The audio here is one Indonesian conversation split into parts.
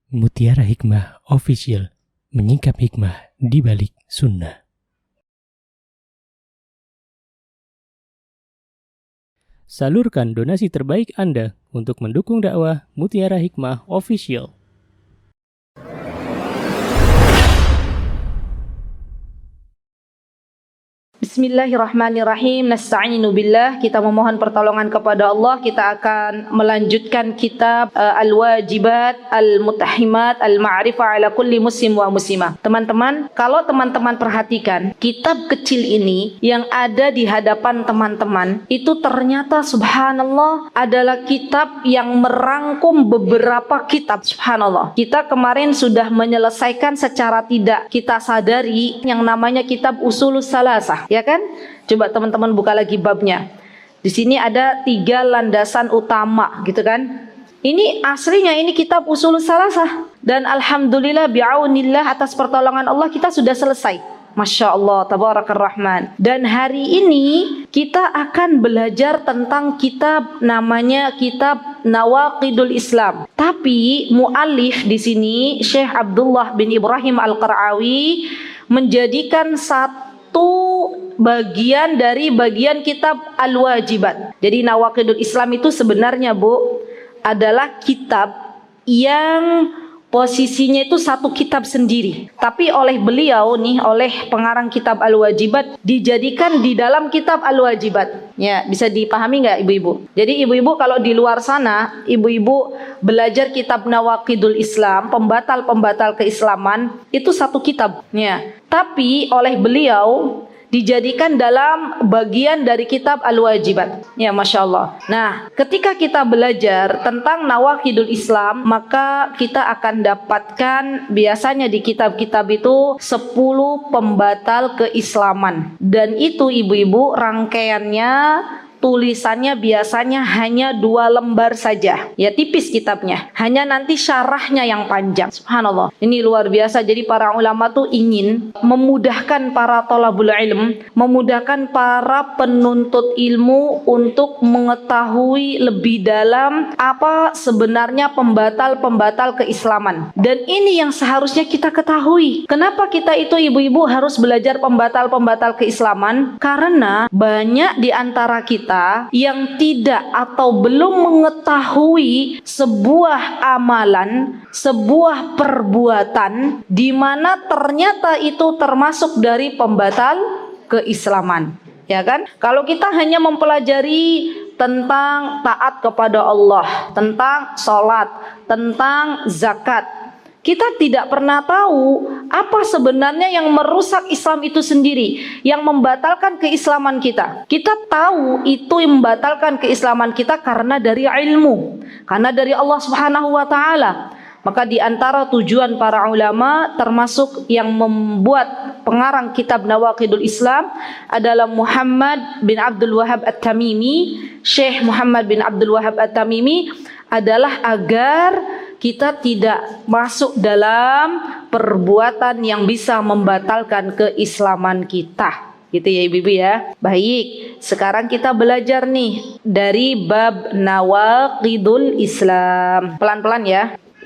Mutiara Hikmah Official, menyingkap hikmah di balik sunnah. Salurkan donasi terbaik Anda untuk mendukung dakwah Mutiara Hikmah Official. Bismillahirrahmanirrahim. Nasta'inu billah. Kita memohon pertolongan kepada Allah. Kita akan melanjutkan kitab Al-Wajibat Al-Mutahimat Al-Ma'rifah ala kulli muslim wa muslimah. Teman-teman, kalau teman-teman perhatikan, kitab kecil ini yang ada di hadapan teman-teman, itu ternyata subhanallah adalah kitab yang merangkum beberapa kitab. Subhanallah. Kita kemarin sudah menyelesaikan secara tidak kita sadari yang namanya kitab Ushulus Salasah. Ya kan? Coba teman-teman buka lagi babnya. Di sini ada 3 landasan utama, gitu kan? Ini aslinya ini kitab Ushulus Salasah. Dan alhamdulillah bi'aunillah atas pertolongan Allah kita sudah selesai. Masya Allah, tabarakar rahman. Dan hari ini kita akan belajar tentang kitab namanya kitab Nawaqidul Islam. Tapi mu'alif di sini Syekh Abdullah bin Ibrahim Al-Qar'awi menjadikan satu bagian dari bagian kitab Al-Wajibat. Jadi Nawaqidul Islam itu sebenarnya adalah kitab yang posisinya itu satu kitab sendiri. Tapi oleh beliau nih, oleh pengarang kitab Al-Wajibat, dijadikan di dalam kitab Al-Wajibat. Ya, bisa dipahami nggak ibu-ibu? Jadi ibu-ibu kalau di luar sana, ibu-ibu belajar kitab Nawaqidul Islam, pembatal-pembatal keislaman, itu satu kitab. Ya. Tapi oleh beliau dijadikan dalam bagian dari kitab Al-Wajibat. Ya, Masya Allah. Nah, ketika kita belajar tentang Nawaqidul Islam, maka kita akan dapatkan biasanya di kitab-kitab itu 10 pembatal keislaman. Dan itu ibu-ibu rangkaiannya, tulisannya biasanya hanya 2 lembar saja. Ya, tipis kitabnya. Hanya nanti syarahnya yang panjang. Subhanallah. Ini luar biasa. Jadi para ulama tuh ingin memudahkan para thalabul ilm, memudahkan para penuntut ilmu untuk mengetahui lebih dalam apa sebenarnya pembatal-pembatal keislaman. Dan ini yang seharusnya kita ketahui. Kenapa kita itu ibu-ibu harus belajar pembatal-pembatal keislaman? Karena banyak di antara kita yang tidak atau belum mengetahui sebuah amalan, sebuah perbuatan di mana ternyata itu termasuk dari pembatal keislaman. Ya kan? Kalau kita hanya mempelajari tentang taat kepada Allah, tentang sholat, tentang zakat, kita tidak pernah tahu apa sebenarnya yang merusak Islam itu sendiri, yang membatalkan keislaman kita. Kita tahu itu yang membatalkan keislaman kita karena dari ilmu, karena dari Allah Subhanahu wa taala. Maka di antara tujuan para ulama termasuk yang membuat pengarang kitab Nawaqidul Islam adalah Muhammad bin Abdul Wahhab At-Tamimi. Syekh Muhammad bin Abdul Wahhab At-Tamimi adalah agar kita tidak masuk dalam perbuatan yang bisa membatalkan keislaman kita. Gitu ya ibu-ibu ya. Baik, sekarang kita belajar nih dari bab Nawaqidul Islam. Pelan-pelan ya.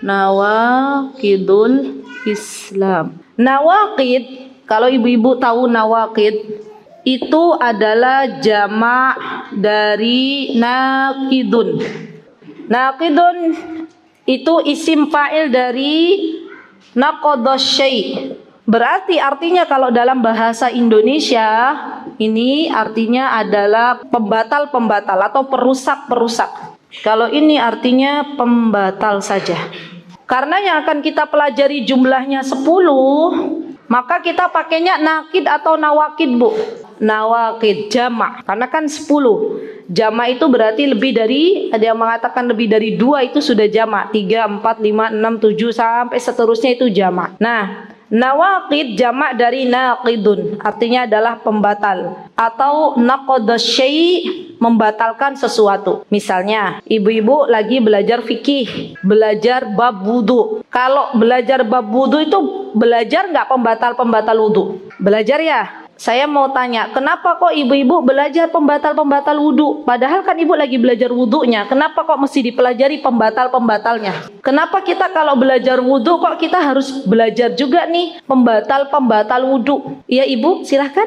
Nawaqidul Islam. Nawaqid, kalau ibu-ibu tahu nawaqid, itu adalah jamak dari naqidun. Naqidun itu isim fa'il dari naqadha syai'. Berarti artinya kalau dalam bahasa Indonesia ini artinya adalah pembatal-pembatal atau perusak-perusak. Kalau ini artinya pembatal saja. Karena yang akan kita pelajari jumlahnya 10, maka kita pakainya nakid atau nawakid, Bu. Nawakid jamak, karena kan 10. Jamak itu berarti lebih dari, ada yang mengatakan lebih dari 2 itu sudah jamak. 3, 4, 5, 6, 7 sampai seterusnya itu jamak. Nah, nawaqid jamak dari naqidun, artinya adalah pembatal. Atau naqadha syai', membatalkan sesuatu. Misalnya, ibu-ibu lagi belajar fikih, belajar bab wudu. Kalau belajar bab wudu itu belajar nggak pembatal-pembatal wudu? Belajar ya? Saya mau tanya, kenapa kok ibu-ibu belajar pembatal-pembatal wudhu? Padahal kan ibu lagi belajar wudhunya. Kenapa kok mesti dipelajari pembatal-pembatalnya? Kenapa kita kalau belajar wudhu kok kita harus belajar juga nih pembatal-pembatal wudhu? Ya ibu, silahkan.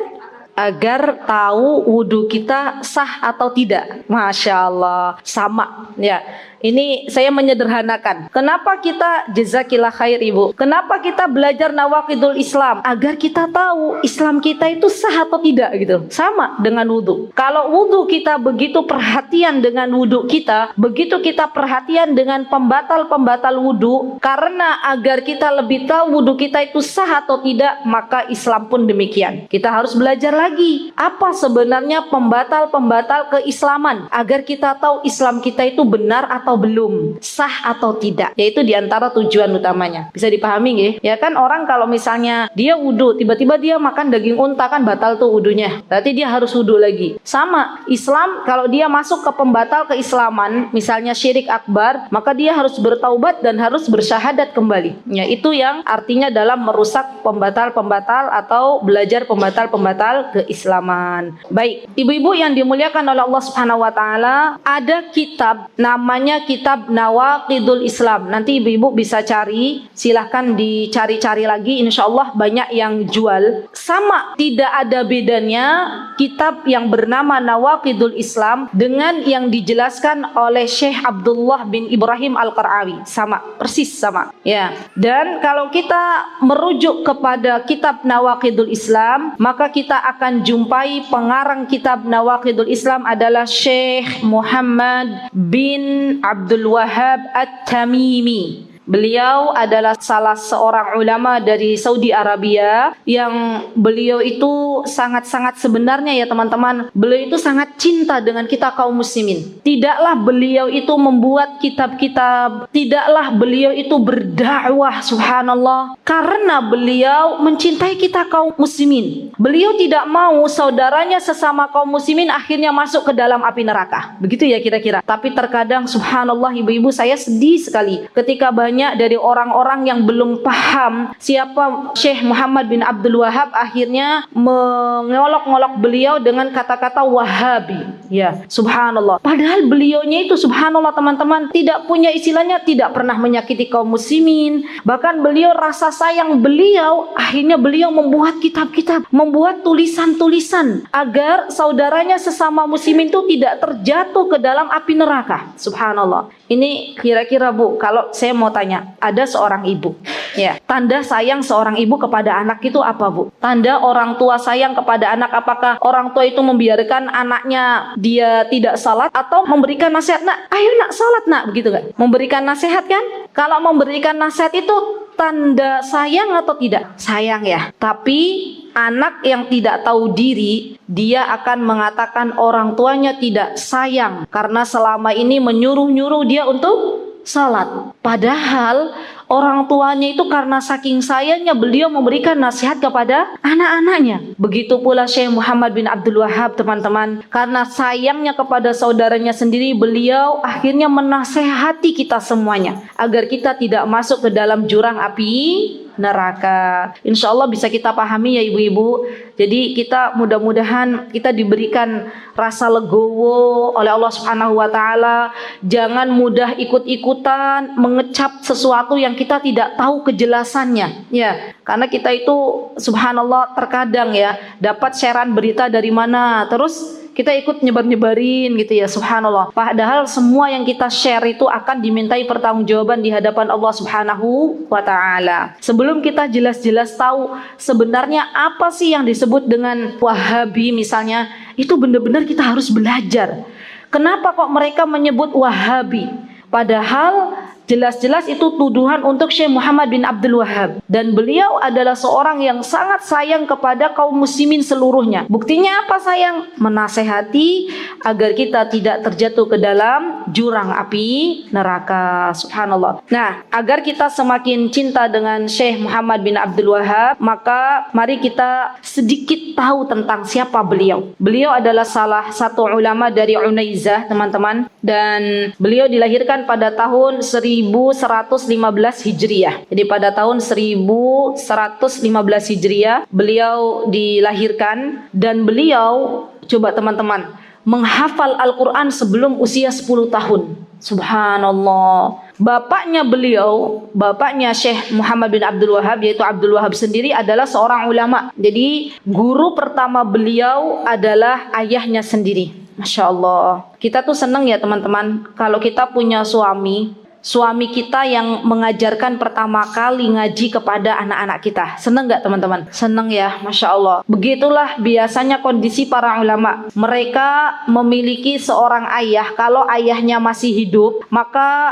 Agar tahu wudhu kita sah atau tidak. Masya Allah, sama ya. Ini saya menyederhanakan. Kenapa kita, jazakillah khair ibu, kenapa kita belajar nawaqidul Islam? Agar kita tahu Islam kita itu sah atau tidak gitu. Sama dengan wudhu. Kalau wudhu kita begitu perhatian dengan wudhu kita, begitu kita perhatian dengan pembatal-pembatal wudhu, karena agar kita lebih tahu wudhu kita itu sah atau tidak, maka Islam pun demikian. Kita harus belajar lagi apa sebenarnya pembatal-pembatal keislaman, agar kita tahu Islam kita itu benar atau belum, sah atau tidak. Yaitu diantara tujuan utamanya. Bisa dipahami nggih? Ya kan orang kalau misalnya dia wudhu, tiba-tiba dia makan daging unta, kan batal tuh wudhunya. Berarti dia harus wudhu lagi. Sama, Islam kalau dia masuk ke pembatal keislaman, misalnya syirik akbar, maka dia harus bertaubat dan harus bersyahadat kembali. Ya, itu yang artinya dalam merusak pembatal-pembatal atau belajar pembatal-pembatal keislaman. Baik, ibu-ibu yang dimuliakan oleh Allah Subhanahu wa taala, ada kitab namanya kitab Nawaqidul Islam. Nanti ibu-ibu bisa cari, silahkan dicari-cari lagi, insya Allah banyak yang jual. Sama, tidak ada bedanya kitab yang bernama Nawaqidul Islam dengan yang dijelaskan oleh Syekh Abdullah bin Ibrahim Al-Qar'awi. Sama, persis sama. Ya. Dan kalau kita merujuk kepada kitab Nawaqidul Islam, maka kita akan jumpai pengarang kitab Nawaqidul Islam adalah Syekh Muhammad bin Abdul Wahhab At-Tamimi. Beliau adalah salah seorang ulama dari Saudi Arabia yang beliau itu sangat-sangat, sebenarnya ya teman-teman, beliau itu sangat cinta dengan kita kaum muslimin. Tidaklah beliau itu membuat kitab-kitab, tidaklah beliau itu berdakwah, subhanallah, karena beliau mencintai kita kaum muslimin. Beliau tidak mau saudaranya sesama kaum muslimin akhirnya masuk ke dalam api neraka. Begitu ya kira-kira. Tapi terkadang subhanallah ibu-ibu, saya sedih sekali ketika banyak dari orang-orang yang belum paham siapa Syekh Muhammad bin Abdul Wahhab akhirnya mengolok-ngolok beliau dengan kata-kata Wahabi. Ya, subhanallah. Padahal beliaunya itu subhanallah teman-teman tidak punya, istilahnya tidak pernah menyakiti kaum muslimin. Bahkan beliau rasa sayang beliau, akhirnya beliau membuat kitab-kitab, membuat tulisan-tulisan agar saudaranya sesama muslimin itu tidak terjatuh ke dalam api neraka. Subhanallah. Ini kira-kira Bu, kalau saya mau tanya, ada seorang ibu, ya, tanda sayang seorang ibu kepada anak itu apa Bu? Tanda orang tua sayang kepada anak, apakah orang tua itu membiarkan anaknya dia tidak salat atau memberikan nasihat, nak, ayo nak salat nak, begitu gak? Memberikan nasihat kan? Kalau memberikan nasihat itu tanda sayang atau tidak? Sayang ya. Tapi anak yang tidak tahu diri, dia akan mengatakan orang tuanya tidak sayang karena selama ini menyuruh-nyuruh dia untuk salat. Padahal orang tuanya itu karena saking sayangnya beliau memberikan nasihat kepada anak-anaknya. Begitu pula Syekh Muhammad bin Abdul Wahhab teman-teman, karena sayangnya kepada saudaranya sendiri, beliau akhirnya menasehati kita semuanya agar kita tidak masuk ke dalam jurang api neraka. Insya Allah bisa kita pahami ya ibu-ibu. Jadi kita mudah-mudahan kita diberikan rasa legowo oleh Allah Subhanahu wa taala. Jangan mudah ikut-ikutan mengecap sesuatu yang kita tidak tahu kejelasannya. Ya, karena kita itu subhanallah terkadang ya dapat sharean berita dari mana, terus kita ikut nyebar-nyebarin gitu ya, subhanallah. Padahal semua yang kita share itu akan dimintai pertanggungjawaban di hadapan Allah Subhanahu wa taala. Sebelum kita jelas-jelas tahu sebenarnya apa sih yang disebut dengan Wahabi misalnya, itu benar-benar kita harus belajar. Kenapa kok mereka menyebut Wahabi? Padahal jelas-jelas itu tuduhan untuk Syekh Muhammad bin Abdul Wahhab, dan beliau adalah seorang yang sangat sayang kepada kaum muslimin seluruhnya. Buktinya apa sayang? Menasehati agar kita tidak terjatuh ke dalam jurang api neraka. Subhanallah. Nah, agar kita semakin cinta dengan Syekh Muhammad bin Abdul Wahhab, maka mari kita sedikit tahu tentang siapa beliau. Beliau adalah salah satu ulama dari Unaizah, teman-teman, dan beliau dilahirkan pada tahun 1000 1115 Hijriah. Jadi pada tahun 1115 Hijriah beliau dilahirkan, dan beliau, coba teman-teman, menghafal Al-Quran sebelum usia 10 tahun. Subhanallah. Bapaknya Syekh Muhammad bin Abdul Wahab, yaitu Abdul Wahab sendiri adalah seorang ulama. Jadi guru pertama beliau adalah ayahnya sendiri. Masya Allah. Kita tuh senang ya teman-teman kalau kita punya suami kita yang mengajarkan pertama kali ngaji kepada anak-anak kita. Senang gak teman-teman? Senang ya, Masya Allah. Begitulah biasanya kondisi para ulama. Mereka memiliki seorang ayah. Kalau ayahnya masih hidup, maka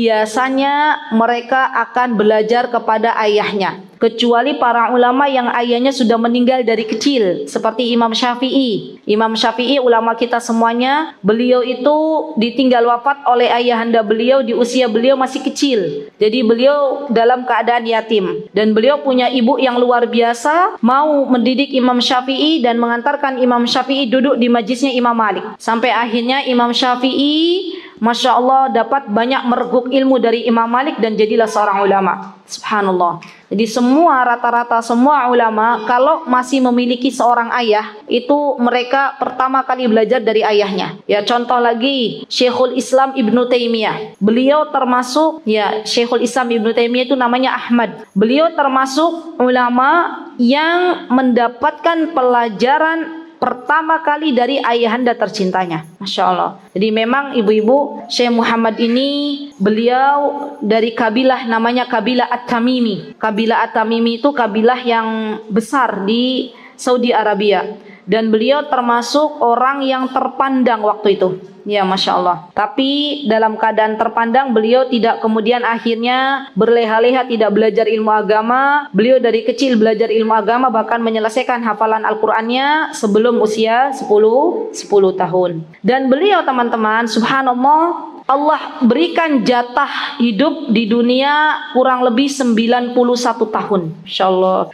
biasanya mereka akan belajar kepada ayahnya. Kecuali para ulama yang ayahnya sudah meninggal dari kecil, seperti Imam Syafi'i. Imam Syafi'i ulama kita semuanya, beliau itu ditinggal wafat oleh ayahanda beliau di usia beliau masih kecil. Jadi beliau dalam keadaan yatim, dan beliau punya ibu yang luar biasa, mau mendidik Imam Syafi'i dan mengantarkan Imam Syafi'i duduk di majlisnya Imam Malik. Sampai akhirnya Imam Syafi'i, Masya Allah, dapat banyak mereguk ilmu dari Imam Malik dan jadilah seorang ulama. Subhanallah. Jadi rata-rata semua ulama kalau masih memiliki seorang ayah, itu mereka pertama kali belajar dari ayahnya. Ya, contoh lagi Syekhul Islam Ibnu Taimiyah. Beliau termasuk, ya, Syekhul Islam Ibnu Taimiyah itu namanya Ahmad. Beliau termasuk ulama yang mendapatkan pelajaran pertama kali dari ayahanda tercintanya. Masya Allah. Jadi memang ibu-ibu, Syekh Muhammad ini beliau dari kabilah namanya kabilah At-Tamimi. Kabilah At-Tamimi itu kabilah yang besar di Saudi Arabia, dan beliau termasuk orang yang terpandang waktu itu. Ya, Masya Allah. Tapi dalam keadaan terpandang, beliau tidak kemudian akhirnya berleha-leha tidak belajar ilmu agama. Beliau dari kecil belajar ilmu agama, bahkan menyelesaikan hafalan Al-Qur'annya sebelum usia 10 tahun. Dan beliau teman-teman, subhanallah, Allah berikan jatah hidup di dunia kurang lebih 91 tahun. Insya Allah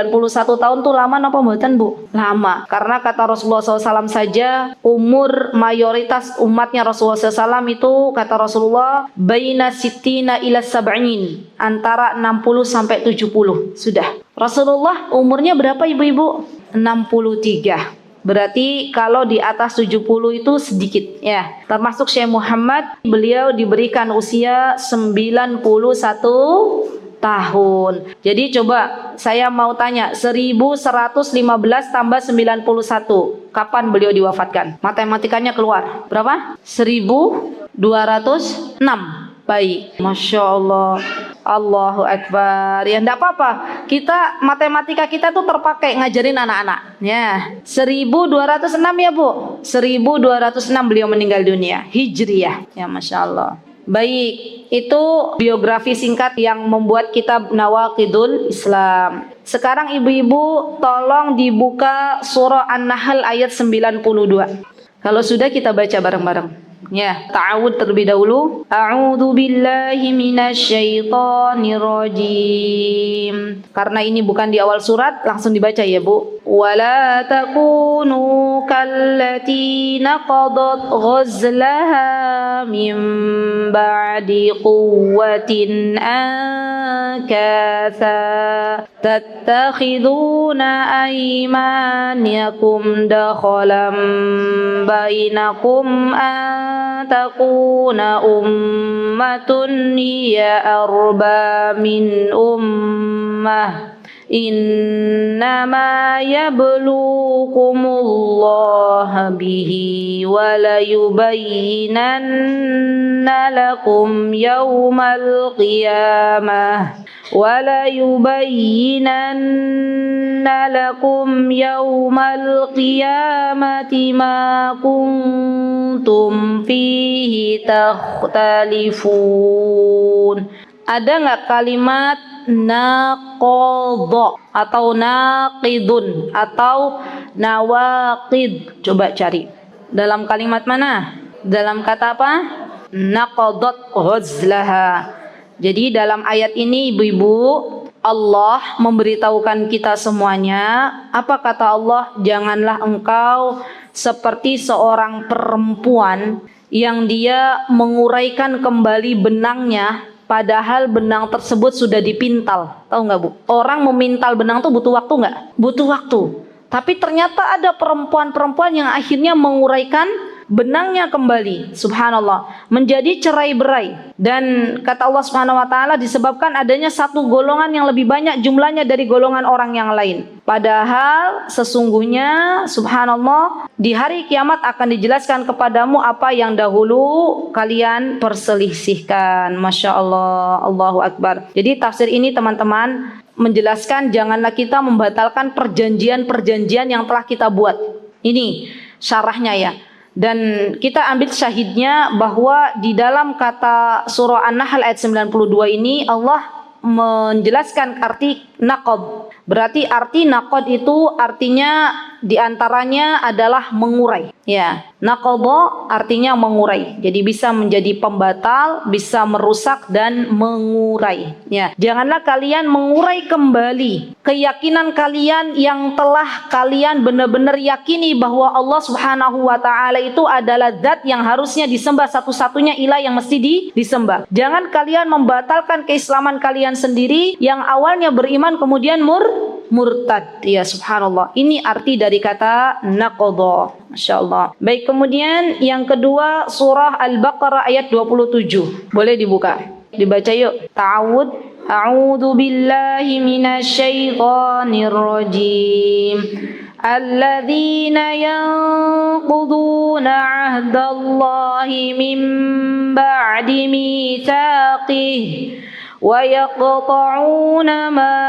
91 tahun tuh lama apa mboten, Bu? Lama. Karena kata Rasulullah SAW saja, umur mayoritas umatnya Rasulullah SAW itu, kata Rasulullah, baina sittina ila sab'in, antara 60 sampai 70. Sudah. Rasulullah umurnya berapa ibu-ibu? 63. Berarti kalau di atas 70 itu sedikit ya. Termasuk Syekh Muhammad, beliau diberikan usia 91 tahun. Jadi coba saya mau tanya, 1115 tambah 91. Kapan beliau diwafatkan? Matematikanya keluar. Berapa? 1206. Baik. Masya Allah. Allahu Akbar. Ya enggak apa-apa. Kita matematika kita tuh terpakai ngajarin anak-anak. Ya. 1206 ya, Bu. 1206 beliau meninggal dunia. Hijriah. Ya, Masya Allah. Baik, itu biografi singkat yang membuat kitab Nawaqidul Islam. Sekarang ibu-ibu tolong dibuka surah An-Nahl ayat 92. Kalau sudah kita baca bareng-bareng. Ya, ta'awud terlebih dahulu. A'udzu billahi minasyaitonir rajim. Karena ini bukan di awal surat, langsung dibaca ya, Bu. Wala takunu kallati naqadat ghazlaha min ba'di quwwatin ankatha tattakhiduna aymanakum dakhalam bainakum takuna ummatun ya arba min ummah innama yablukumullah bihi wa la yubayyinanna lakum yawmal qiyamah ma kuntum fihi takhtalifun. Ada nggak kalimat naqadha atau naqidun atau nawaqid? Coba cari. Dalam kalimat mana? Dalam kata apa? Naqadat ghazlaha. Jadi dalam ayat ini ibu-ibu, Allah memberitahukan kita semuanya. Apa kata Allah? Janganlah engkau seperti seorang perempuan yang dia menguraikan kembali benangnya, padahal benang tersebut sudah dipintal. Tahu nggak Bu? Orang memintal benang tuh butuh waktu nggak? Butuh waktu. Tapi ternyata ada perempuan-perempuan yang akhirnya menguraikan benangnya kembali, subhanallah, menjadi cerai-berai. Dan kata Allah Subhanahu wa taala, disebabkan adanya satu golongan yang lebih banyak jumlahnya dari golongan orang yang lain. Padahal sesungguhnya subhanallah di hari kiamat akan dijelaskan kepadamu apa yang dahulu kalian perselisihkan. Masya Allah, Allahu Akbar. Jadi tafsir ini teman-teman menjelaskan janganlah kita membatalkan perjanjian-perjanjian yang telah kita buat. Ini syarahnya ya. Dan kita ambil syahidnya bahwa di dalam kata surah An-Nahl ayat 92 ini Allah menjelaskan arti naqad. Berarti arti naqad itu artinya diantaranya adalah mengurai. Ya, naqadha artinya mengurai. Jadi bisa menjadi pembatal, bisa merusak dan mengurai. Ya, janganlah kalian mengurai kembali keyakinan kalian yang telah kalian benar-benar yakini bahwa Allah Subhanahu wa taala itu adalah zat yang harusnya disembah, satu-satunya ilah yang mesti disembah. Jangan kalian membatalkan keislaman kalian sendiri yang awalnya beriman kemudian murtad. Ya subhanallah. Ini arti dari kata naqadha. Masya Allah. Baik, kemudian yang kedua surah Al-Baqarah ayat 27. Boleh dibuka. Dibaca yuk. Ta'awud. A'udzu billahi minasyaitonir rajim. Alladzina yanquduna 'ahdallahi min ba'di mitsaqih وَيَقْطَعُونَ مَا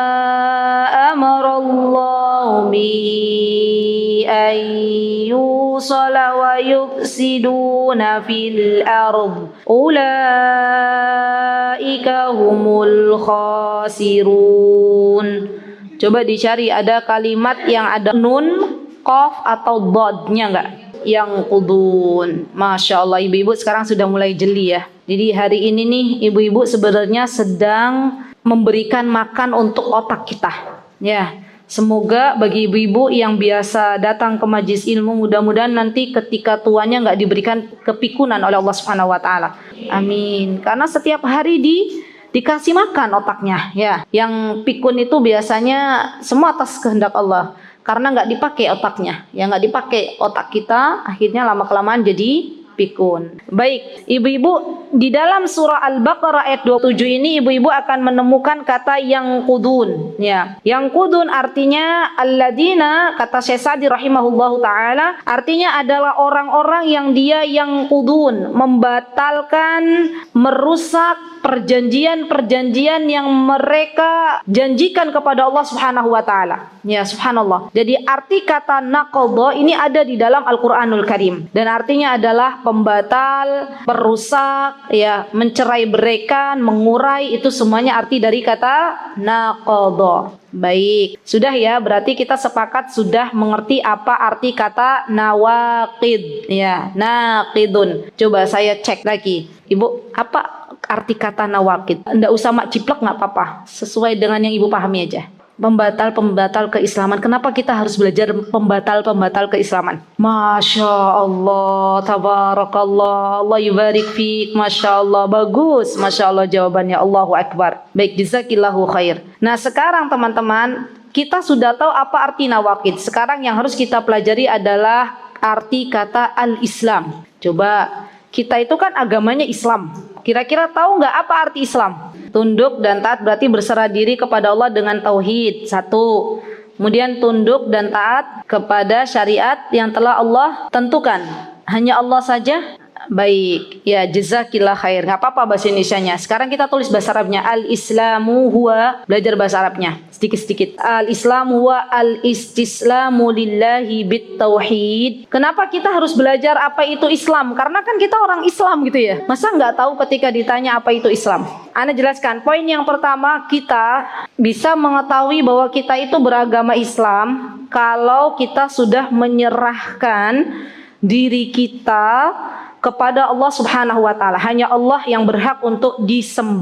أَمَرَ اللَّهُ بِهِ أَن يُوصَلَ وَيُفْسِدُونَ فِي الْأَرْضِ أُولَئِكَ هُمُ الْخَاسِرُونَ. Coba dicari ada kalimat yang ada nun, qaf atau dodnya enggak? Yang qudun. Masya Allah, ibu-ibu sekarang sudah mulai jeli ya. Jadi hari ini nih ibu-ibu sebenarnya sedang memberikan makan untuk otak kita. Ya, semoga bagi ibu-ibu yang biasa datang ke majelis ilmu, mudah-mudahan nanti ketika tuanya nggak diberikan kepikunan oleh Allah Subhanahu Wa Taala. Amin. Karena setiap hari dikasih makan otaknya. Ya, yang pikun itu biasanya semua atas kehendak Allah. Karena nggak dipakai otaknya, ya nggak dipakai otak kita, akhirnya lama-kelamaan jadi pikun. Baik, ibu-ibu di dalam surah Al-Baqarah ayat 27 ini ibu-ibu akan menemukan kata yang qudun. Ya, yang qudun artinya alladzina, kata Syekh Sa'di rahimahullahu taala, artinya adalah orang-orang yang dia yang qudun, membatalkan, merusak perjanjian-perjanjian yang mereka janjikan kepada Allah Subhanahu wa taala. Ya, subhanallah. Jadi arti kata naqadha ini ada di dalam Al-Qur'anul Karim dan artinya adalah pembatal, perusak, ya, mencerai-beraikan, mengurai, itu semuanya arti dari kata naqadha. Baik, sudah ya, berarti kita sepakat sudah mengerti apa arti kata nawaqid. Ya, naqidun. Coba saya cek lagi. Ibu, apa arti kata nawaqid? Nggak usah mak ciplek, nggak apa-apa. Sesuai dengan yang ibu pahami aja. Pembatal-pembatal keislaman. Kenapa kita harus belajar pembatal-pembatal keislaman? Masya Allah, tabarakallah, Allah yubarik fiik, Masya Allah, bagus, Masya Allah jawabannya, Allahu Akbar. Baik, jazakillahu khair. Nah sekarang teman-teman, kita sudah tahu apa arti nawaqid. Sekarang yang harus kita pelajari adalah arti kata al-Islam. Coba, kita itu kan agamanya Islam. Kira-kira tahu nggak apa arti Islam? Tunduk dan taat berarti berserah diri kepada Allah dengan tauhid. Satu. Kemudian tunduk dan taat kepada syariat yang telah Allah tentukan. Hanya Allah saja. Baik, ya jazakillah khair. Nggak apa-apa bahasa Indonesianya. Sekarang kita tulis bahasa Arabnya. Al-Islamu huwa, belajar bahasa Arabnya sedikit-sedikit. Al-Islamu huwa al-istislamu lillahi bit-tauhid. Kenapa kita harus belajar apa itu Islam? Karena kan kita orang Islam gitu ya. Masa nggak tahu ketika ditanya apa itu Islam? Ana jelaskan. Poin yang pertama, kita bisa mengetahui bahwa kita itu beragama Islam kalau kita sudah menyerahkan diri kita kepada Allah Subhanahu wa taala. Hanya Allah yang berhak untuk disembah.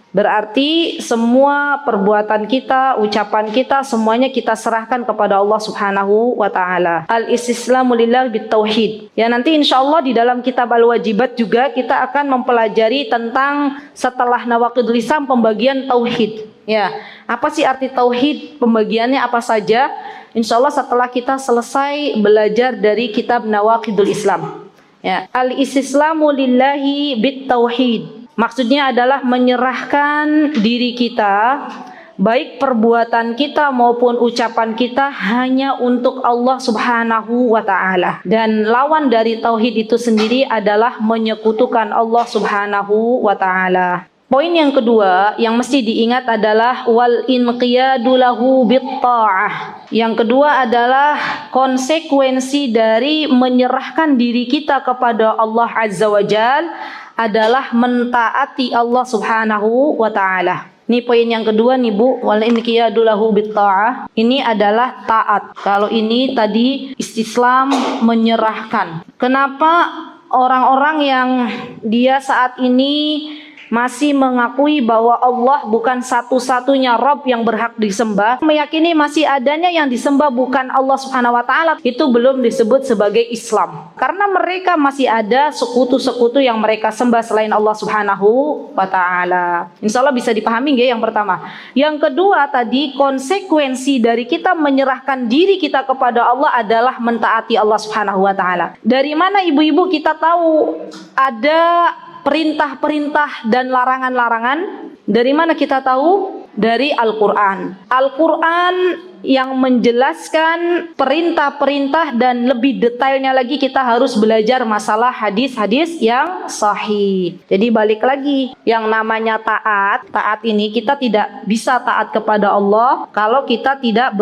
Berarti semua perbuatan kita, ucapan kita, semuanya kita serahkan kepada Allah Subhanahu wa taala. Al-istislamu lillah bitauhid. Ya, nanti insyaallah di dalam kitab Al-Wajibat juga kita akan mempelajari tentang setelah nawaqidul Islam pembagian tauhid. Ya, apa sih arti tauhid? Pembagiannya apa saja? Insyaallah setelah kita selesai belajar dari kitab Nawaqidul Islam. Ya, al-istislamu lillahi bitauhid. Maksudnya adalah menyerahkan diri kita, baik perbuatan kita maupun ucapan kita hanya untuk Allah Subhanahu wa taala. Dan lawan dari tauhid itu sendiri adalah menyekutukan Allah Subhanahu wa taala. Poin yang kedua yang mesti diingat adalah wal inqiyadu lahu bitta'ah. Yang kedua adalah konsekuensi dari menyerahkan diri kita kepada Allah Azza wa Jalla adalah mentaati Allah Subhanahu wa taala. Ini poin yang kedua nih Bu, wal inqiyadu lahu bitta'ah. Ini adalah taat. Kalau ini tadi istislam, menyerahkan. Kenapa orang-orang yang dia saat ini masih mengakui bahwa Allah bukan satu-satunya Rabb yang berhak disembah, meyakini masih adanya yang disembah bukan Allah Subhanahu wa taala, itu belum disebut sebagai Islam. Karena mereka masih ada sekutu-sekutu yang mereka sembah selain Allah Subhanahu wa taala. Insyaallah bisa dipahami nggih yang pertama. Yang kedua tadi konsekuensi dari kita menyerahkan diri kita kepada Allah adalah mentaati Allah Subhanahu wa taala. Dari mana ibu-ibu kita tahu ada perintah-perintah dan larangan-larangan? Dari mana kita tahu? Dari Al-Quran. Al-Quran yang menjelaskan perintah-perintah dan lebih detailnya lagi kita harus belajar masalah hadis-hadis yang sahih. Jadi balik lagi, yang namanya taat ini kita tidak bisa taat kepada Allah kalau kita tidak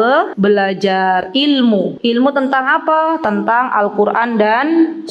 belajar ilmu. Ilmu tentang apa? Tentang Al-Quran dan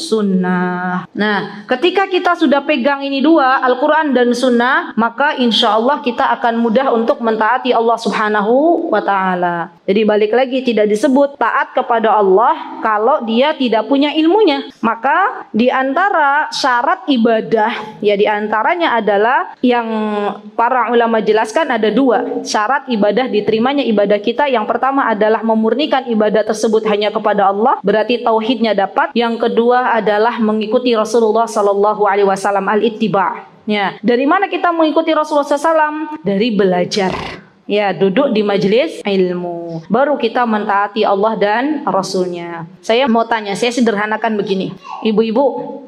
Sunnah. Nah, ketika kita sudah pegang ini dua, Al-Quran dan Sunnah, maka insya Allah kita akan mudah untuk mentaati Allah Subhanahu wa ta'ala. Jadi balik lagi, tidak disebut taat kepada Allah kalau dia tidak punya ilmunya. Maka di antara syarat ibadah, ya di antaranya adalah yang para ulama jelaskan ada dua. Syarat ibadah diterimanya ibadah kita, yang pertama adalah memurnikan ibadah tersebut hanya kepada Allah, berarti tauhidnya dapat. Yang kedua adalah mengikuti Rasulullah sallallahu alaihi wasallam, al-ittiba'. Ya, dari mana kita mengikuti Rasulullah SAW? Dari belajar. Ya, duduk di majelis ilmu. Baru kita mentaati Allah dan Rasulnya. Saya mau tanya, saya sederhanakan begini. Ibu-ibu,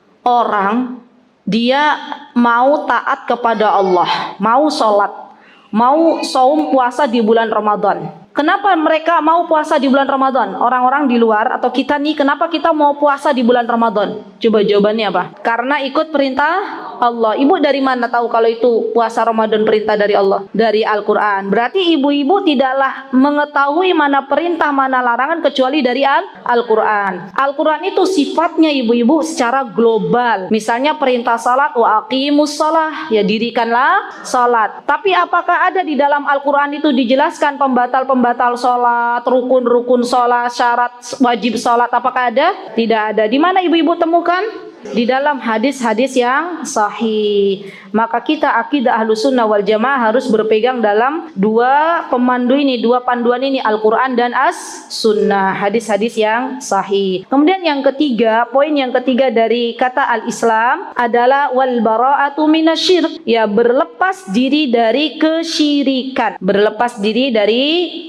orang dia mau taat kepada Allah, mau sholat, mau saum puasa di bulan Ramadan. Kenapa mereka mau puasa di bulan Ramadan? Orang-orang di luar atau kita nih, kenapa kita mau puasa di bulan Ramadan? Coba jawabannya apa? Karena ikut perintah Allah. Ibu dari mana tahu kalau itu puasa Ramadan perintah dari Allah? Dari Al-Quran. Berarti ibu-ibu tidaklah mengetahui mana perintah, mana larangan kecuali dari Al-Quran. Al-Quran itu sifatnya ibu-ibu secara global. Misalnya perintah salat, wa aqimus shalah, ya dirikanlah salat. Tapi apakah ada di dalam Al-Quran itu dijelaskan pembatal sholat, rukun-rukun sholat, syarat wajib sholat, apakah ada? Tidak ada. Di mana ibu-ibu temukan? Di dalam hadis-hadis yang sahih. Maka kita akidah Ahlus Sunnah wal Jamaah harus berpegang dalam dua pemandu ini, dua panduan ini, Al-Quran dan As-Sunnah, hadis-hadis yang sahih. Kemudian yang ketiga, poin yang ketiga dari kata Al-Islam adalah wal bara'atu minasyirk, ya berlepas diri dari kesyirikan. Berlepas diri dari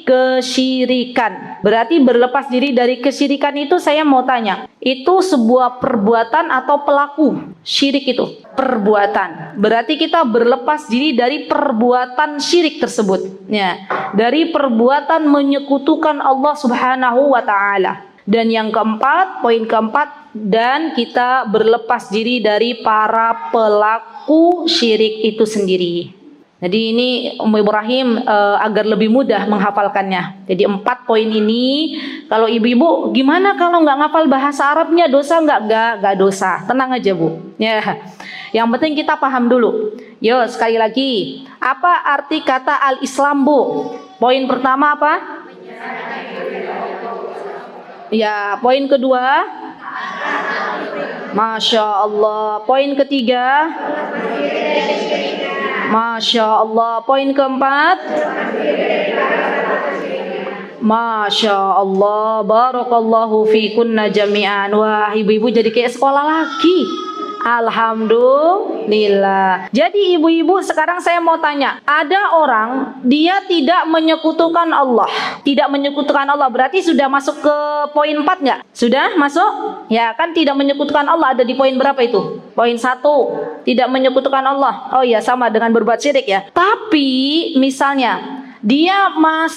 kesyirikan. Berarti berlepas diri dari kesyirikan itu, saya mau tanya, itu sebuah perbuatan atau pelaku syirik? Itu perbuatan. Berarti kita berlepas diri dari perbuatan syirik tersebut, ya, dari perbuatan menyekutukan Allah Subhanahu wa taala. Dan yang keempat, poin keempat, dan kita berlepas diri dari para pelaku syirik itu sendiri. Jadi ini Ibrahim agar lebih mudah menghafalkannya. Jadi 4 poin ini, kalau ibu-ibu gimana kalau nggak ngafal bahasa Arabnya, dosa nggak dosa, tenang aja Bu. Ya, yang penting kita paham dulu. Yo, sekali lagi, apa arti kata Al-Islam Bu? Poin pertama apa? Ya, poin kedua, Masya Allah. Poin ketiga, Masya Allah. Poin keempat. Masya Allah. Barakallahu fikunna jami'an. Wah, ibu-ibu jadi kayak sekolah lagi. Alhamdulillah. Jadi ibu-ibu, sekarang saya mau tanya, ada orang dia tidak menyekutukan Allah. Tidak menyekutukan Allah, berarti sudah masuk ke poin 4 nggak? Sudah masuk? Ya kan, tidak menyekutukan Allah ada di poin berapa itu? Poin 1, tidak menyekutukan Allah. Oh ya, sama dengan berbuat syirik ya. Tapi misalnya dia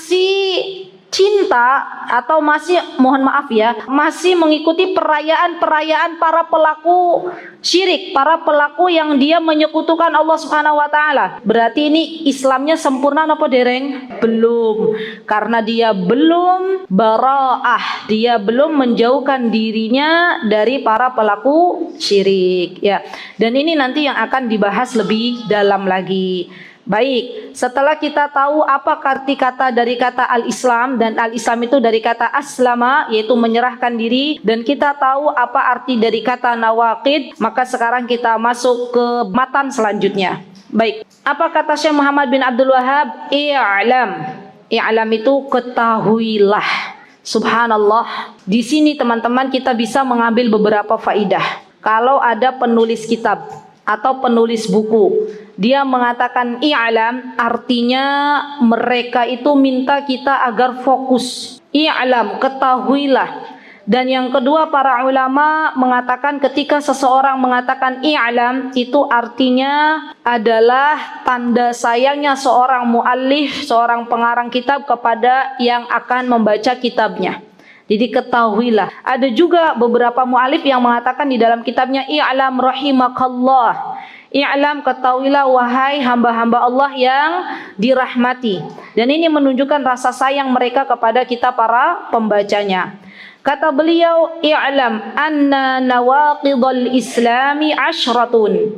masih cinta atau masih, mohon maaf ya, masih mengikuti perayaan-perayaan para pelaku syirik, para pelaku yang dia menyekutukan Allah Subhanahu wa taala. Berarti ini Islamnya sempurna apa dereng? Belum. Karena dia belum bara'ah, dia belum menjauhkan dirinya dari para pelaku syirik ya. Dan ini nanti yang akan dibahas lebih dalam lagi. Baik, setelah kita tahu apa arti kata dari kata al-Islam, dan al-Islam itu dari kata aslama, yaitu menyerahkan diri, dan kita tahu apa arti dari kata nawaqid, maka sekarang kita masuk ke matan selanjutnya. Baik, apa kata Syekh Muhammad bin Abdul Wahhab? I'lam. I'lam itu ketahuilah. Subhanallah. Di sini teman-teman kita bisa mengambil beberapa faidah. Kalau ada penulis kitab atau penulis buku, dia mengatakan i'lam, artinya mereka itu minta kita agar fokus. I'lam, ketahuilah. Dan yang kedua, para ulama mengatakan ketika seseorang mengatakan i'lam, itu artinya adalah tanda sayangnya seorang muallif, seorang pengarang kitab kepada yang akan membaca kitabnya. Jadi ketahuilah. Ada juga beberapa mu'alif yang mengatakan di dalam kitabnya, i'lam rahimakallah. I'lam, ketahuilah wahai hamba-hamba Allah yang dirahmati. Dan ini menunjukkan rasa sayang mereka kepada kita para pembacanya. Kata beliau, i'lam anna nawaqidul islami ashratun.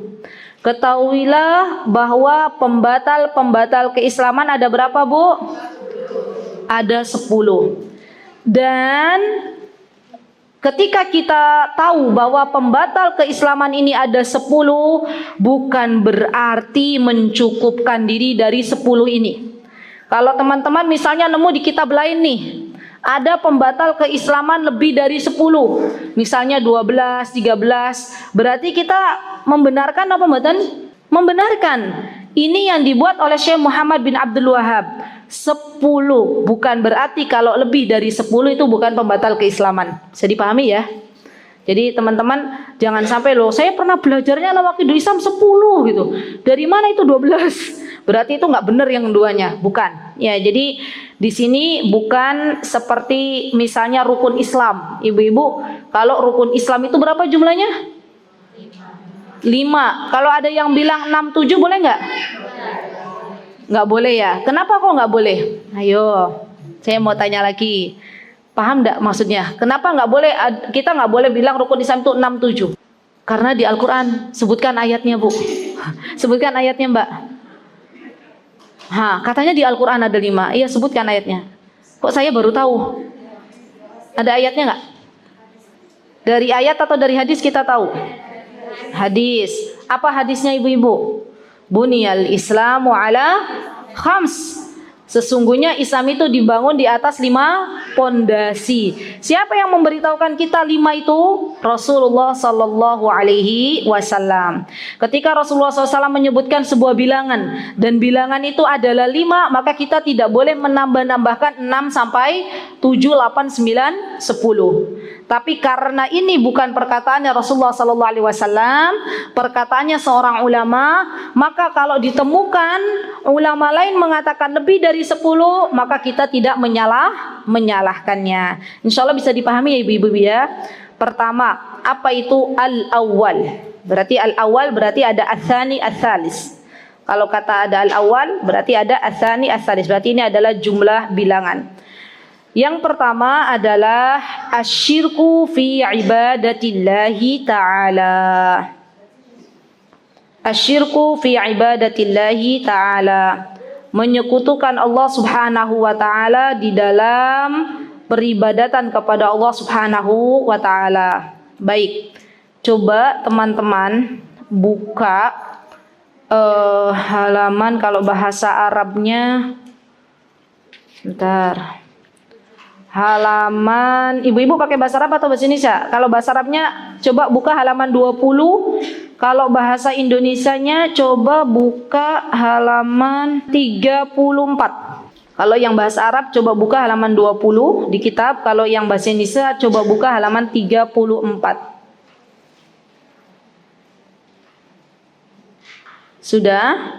Ketahuilah bahwa pembatal-pembatal keislaman ada berapa, Bu? Ada 10. Dan ketika kita tahu bahwa pembatal keislaman ini ada 10, bukan berarti mencukupkan diri dari 10 ini. Kalau teman-teman misalnya nemu di kitab lain nih, ada pembatal keislaman lebih dari 10, misalnya 12, 13, berarti kita membenarkan apa mboten? Membenarkan. Ini yang dibuat oleh Syekh Muhammad bin Abdul Wahhab. 10, bukan berarti kalau lebih dari 10 itu bukan pembatal keislaman. Bisa dipahami ya? Jadi teman-teman jangan sampai loh, saya pernah belajarnya nawaqidul Islam 10 gitu. Dari mana itu 12? Berarti itu nggak benar yang duanya, bukan. Ya, jadi di sini bukan seperti misalnya rukun Islam. Ibu-ibu, kalau rukun Islam itu berapa jumlahnya? 5. Kalau ada yang bilang 6, 7 boleh nggak? Nggak boleh ya. Kenapa kok nggak boleh? Ayo, saya mau tanya lagi. Paham nggak maksudnya? Kenapa nggak boleh? Kita nggak boleh bilang rukun Islam itu 6, 7. Karena di Al-Quran. Sebutkan ayatnya, Bu. Sebutkan ayatnya, Mbak. Katanya di Al-Quran ada 5. Iya, sebutkan ayatnya. Kok saya baru tahu? Ada ayatnya nggak? Dari ayat atau dari hadis kita tahu? Hadis. Apa hadisnya, ibu-ibu? Buniyal Islamu ala khams. Sesungguhnya Islam itu dibangun di atas 5 pondasi. Siapa yang memberitahukan kita 5 itu? Rasulullah sallallahu alaihi wasallam. Ketika Rasulullah SAW menyebutkan sebuah bilangan dan bilangan itu adalah 5, maka kita tidak boleh menambah-nambahkan 6 sampai 7, 8, 9, 10. Tapi karena ini bukan perkataannya Rasulullah sallallahu alaihi wasallam, perkataannya seorang ulama, maka kalau ditemukan ulama lain mengatakan lebih dari 10, maka kita tidak menyalahkannya. Insya Allah bisa dipahami ya ibu-ibu ya. Pertama, apa itu al-awwal? Berarti al-awwal berarti ada ats-tsani, ats-tsalis. Kalau kata ada al-awwal berarti ada ats-tsani, ats-tsalis. Berarti ini adalah jumlah bilangan. Yang pertama adalah asyirku fi ibadatillahi ta'ala. Asyirku fi ibadatillahi ta'ala. Menyekutukan Allah subhanahu wa ta'ala di dalam peribadatan kepada Allah subhanahu wa ta'ala. Baik, coba teman-teman buka Halaman kalau bahasa Arabnya, bentar. Halaman, ibu-ibu pakai bahasa Arab atau bahasa Indonesia? Kalau bahasa Arabnya coba buka halaman 20. Kalau bahasa Indonesianya coba buka halaman 34. Kalau yang bahasa Arab coba buka halaman 20 di kitab. Kalau yang bahasa Indonesia coba buka halaman 34. Sudah?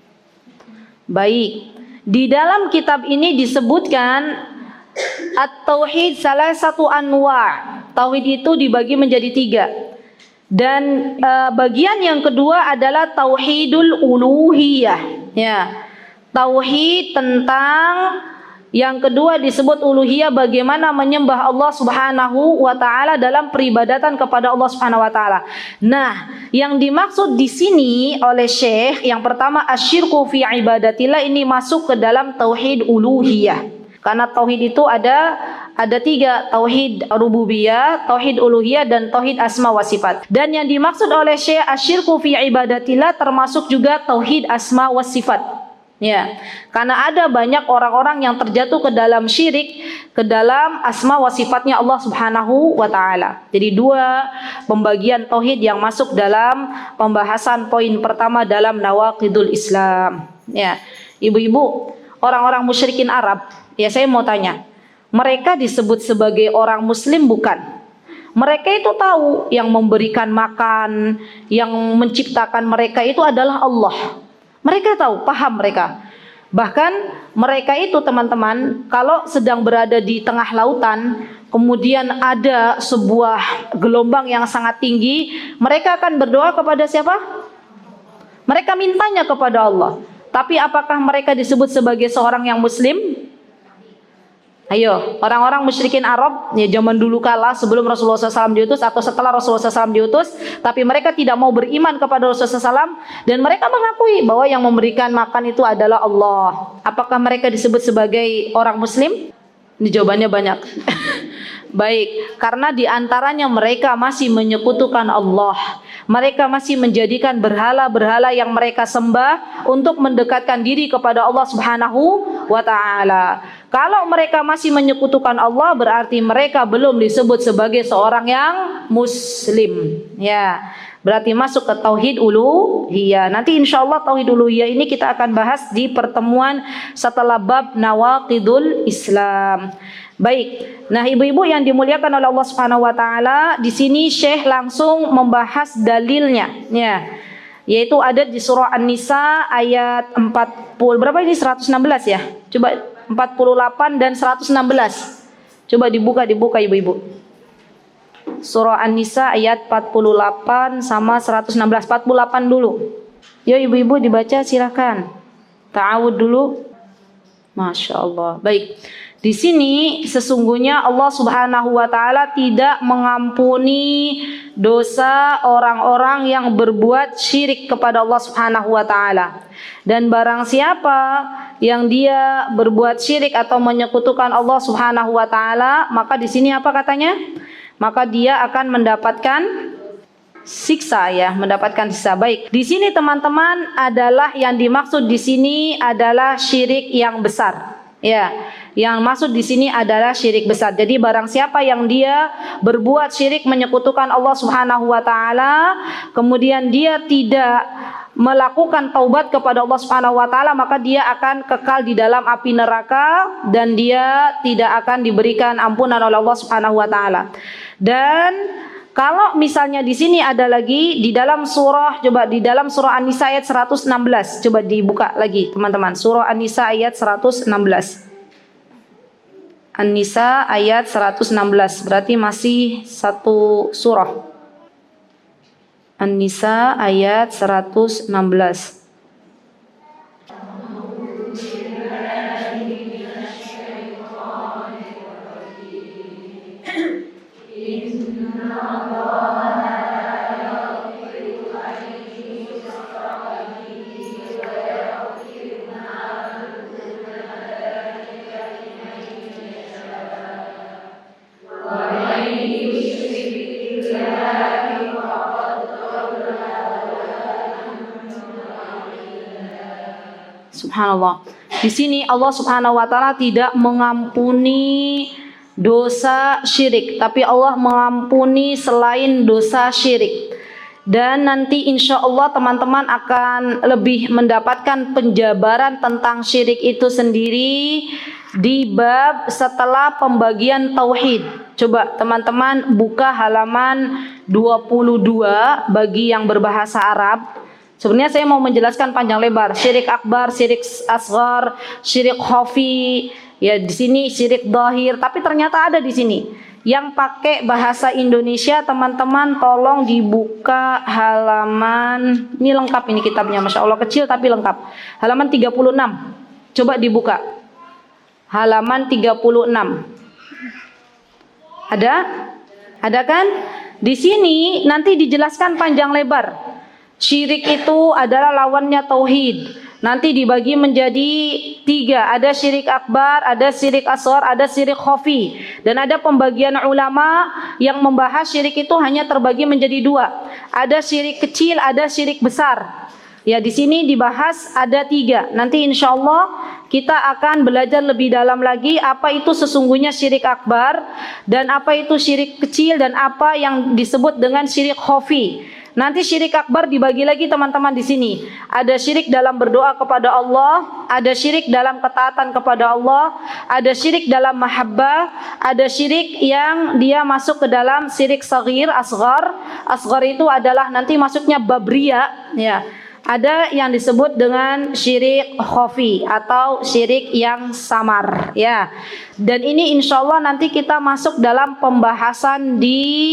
Baik. Di dalam kitab ini disebutkan At-tauhid salah satu anwa'. Tauhid itu dibagi menjadi 3. Dan bagian yang kedua adalah tauhidul uluhiyah. Ya. Tauhid tentang yang kedua disebut uluhiyah, bagaimana menyembah Allah Subhanahu wa taala dalam peribadatan kepada Allah Subhanahu wa taala. Nah, yang dimaksud di sini oleh Syekh yang pertama asyirku fi ibadatillah, ini masuk ke dalam tauhid uluhiyah. Karena tauhid itu ada 3, tauhid rububiyah, tauhid uluhiyah, dan tauhid asma wa sifat. Dan yang dimaksud oleh Syekh asyirku fi ibadatillah termasuk juga tauhid asma wa sifat. Ya, karena ada banyak orang-orang yang terjatuh ke dalam syirik, ke dalam asma wa sifatnya Allah Subhanahu wa taala. Jadi 2 pembagian tauhid yang masuk dalam pembahasan poin pertama dalam nawaqidul Islam. Ya, ibu-ibu, orang-orang musyrikin Arab, ya saya mau tanya, mereka disebut sebagai orang muslim bukan? Mereka itu tahu yang memberikan makan, yang menciptakan mereka itu adalah Allah. Mereka tahu, paham mereka. Bahkan mereka itu teman-teman, kalau sedang berada di tengah lautan, kemudian ada sebuah gelombang yang sangat tinggi, mereka akan berdoa kepada siapa? Mereka mintanya kepada Allah. Tapi apakah mereka disebut sebagai seorang yang muslim? Ayo, orang-orang musyrikin Arab ya zaman dulu kala sebelum Rasulullah SAW diutus atau setelah Rasulullah SAW diutus, tapi mereka tidak mau beriman kepada Rasulullah SAW dan mereka mengakui bahwa yang memberikan makan itu adalah Allah. Apakah mereka disebut sebagai orang muslim? Ini jawabannya banyak. Baik, karena diantaranya mereka masih menyekutukan Allah. Mereka masih menjadikan berhala-berhala yang mereka sembah untuk mendekatkan diri kepada Allah Subhanahu wa taala. Kalau mereka masih menyekutukan Allah, berarti mereka belum disebut sebagai seorang yang muslim. Ya, berarti masuk ke tauhid uluhiyah. Nanti insyaallah tauhid uluhiyah ini kita akan bahas di pertemuan setelah bab nawaqidul Islam. Baik. Nah, ibu-ibu yang dimuliakan oleh Allah Subhanahu wa taala, di sini Syekh langsung membahas dalilnya, ya. Yaitu ada di surah An-Nisa ayat 40. Berapa ini? 116 ya. Coba 48 dan 116. Coba dibuka ibu-ibu. Surah An-Nisa ayat 48 sama 116. 48 dulu. Yo ibu-ibu dibaca silakan. Ta'awud dulu. Masya Allah. Baik. Di sini sesungguhnya Allah Subhanahu wa taala tidak mengampuni dosa orang-orang yang berbuat syirik kepada Allah Subhanahu wa taala. Dan barang siapa yang dia berbuat syirik atau menyekutukan Allah Subhanahu wa taala, maka di sini apa katanya? Maka dia akan mendapatkan siksa, ya, mendapatkan siksa. Baik. Di sini teman-teman adalah yang dimaksud di sini adalah syirik yang besar. Ya, yang maksud di sini adalah syirik besar. Jadi barang siapa yang dia berbuat syirik menyekutukan Allah Subhanahu wa taala, kemudian dia tidak melakukan taubat kepada Allah Subhanahu wa taala, maka dia akan kekal di dalam api neraka dan dia tidak akan diberikan ampunan oleh Allah Subhanahu wa taala. Dan kalau misalnya di sini ada lagi di dalam surah, coba di dalam surah An-Nisa ayat 116. Coba dibuka lagi teman-teman. Surah An-Nisa ayat 116. An-Nisa ayat 116. Berarti masih satu surah. An-Nisa ayat 116. Subhanallah. Di sini Allah Subhanahu wa taala tidak mengampuni dosa syirik, tapi Allah mengampuni selain dosa syirik. Dan nanti insya Allah teman-teman akan lebih mendapatkan penjabaran tentang syirik itu sendiri di bab setelah pembagian tauhid. Coba teman-teman buka halaman 22 bagi yang berbahasa Arab. Sebenarnya saya mau menjelaskan panjang lebar syirik akbar, syirik asghar, syirik khafi. Ya di sini syirik zahir, tapi ternyata ada di sini. Yang pakai bahasa Indonesia teman-teman tolong dibuka halaman, ini lengkap ini kitabnya, Masya Allah kecil tapi lengkap, halaman 36. Coba dibuka halaman 36. Ada kan? Di sini nanti dijelaskan panjang lebar. Syirik itu adalah lawannya tauhid. Nanti dibagi menjadi 3. Ada syirik akbar, ada syirik asghar, ada syirik khafi. Dan ada pembagian ulama yang membahas syirik itu hanya terbagi menjadi 2. Ada syirik kecil, ada syirik besar. Ya di sini dibahas ada 3. Nanti insya Allah kita akan belajar lebih dalam lagi apa itu sesungguhnya syirik akbar dan apa itu syirik kecil dan apa yang disebut dengan syirik khafi. Nanti syirik akbar dibagi lagi teman-teman di sini. Ada syirik dalam berdoa kepada Allah, ada syirik dalam ketaatan kepada Allah, ada syirik dalam mahabbah, ada syirik yang dia masuk ke dalam syirik saghir, asghar. Asghar itu adalah nanti masuknya babriya, ya. Ada yang disebut dengan syirik khafi atau syirik yang samar, ya. Dan ini insya Allah nanti kita masuk dalam pembahasan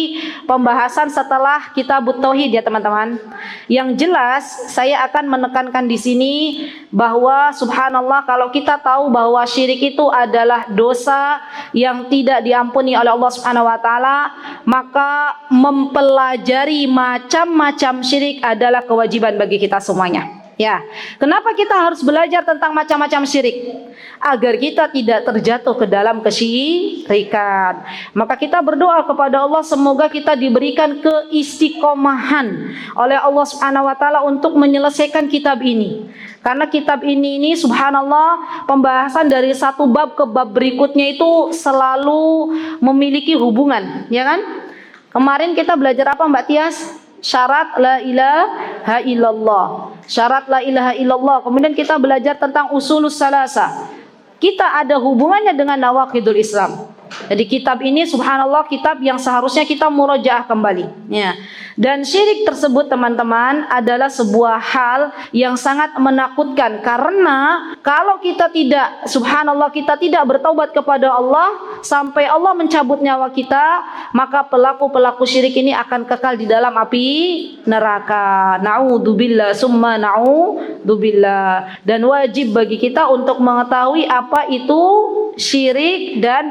setelah kitabut tauhid ya teman-teman. Yang jelas saya akan menekankan di sini bahwa subhanallah kalau kita tahu bahwa syirik itu adalah dosa yang tidak diampuni oleh Allah Subhanahu wa taala, maka mempelajari macam-macam syirik adalah kewajiban bagi kita semuanya. Ya, kenapa kita harus belajar tentang macam-macam syirik? Agar kita tidak terjatuh ke dalam kesyirikan. Maka kita berdoa kepada Allah semoga kita diberikan keistiqomahan oleh Allah Subhanahu wa taala untuk menyelesaikan kitab ini. Karena kitab ini subhanallah pembahasan dari satu bab ke bab berikutnya itu selalu memiliki hubungan, ya kan? Kemarin kita belajar apa Mbak Tias? Syarat la ilaha illallah. Syarat la ilaha illallah. Kemudian kita belajar tentang usulus salasa. Kita ada hubungannya dengan nawaqidul Islam. Jadi kitab ini subhanallah kitab yang seharusnya kita murojaah kembali, ya. Dan syirik tersebut teman-teman adalah sebuah hal yang sangat menakutkan karena kalau kita tidak subhanallah kita tidak bertaubat kepada Allah sampai Allah mencabut nyawa kita, maka pelaku-pelaku syirik ini akan kekal di dalam api neraka. Na'udzubillah summa na'udzubillah. Dan wajib bagi kita untuk mengetahui apa itu syirik dan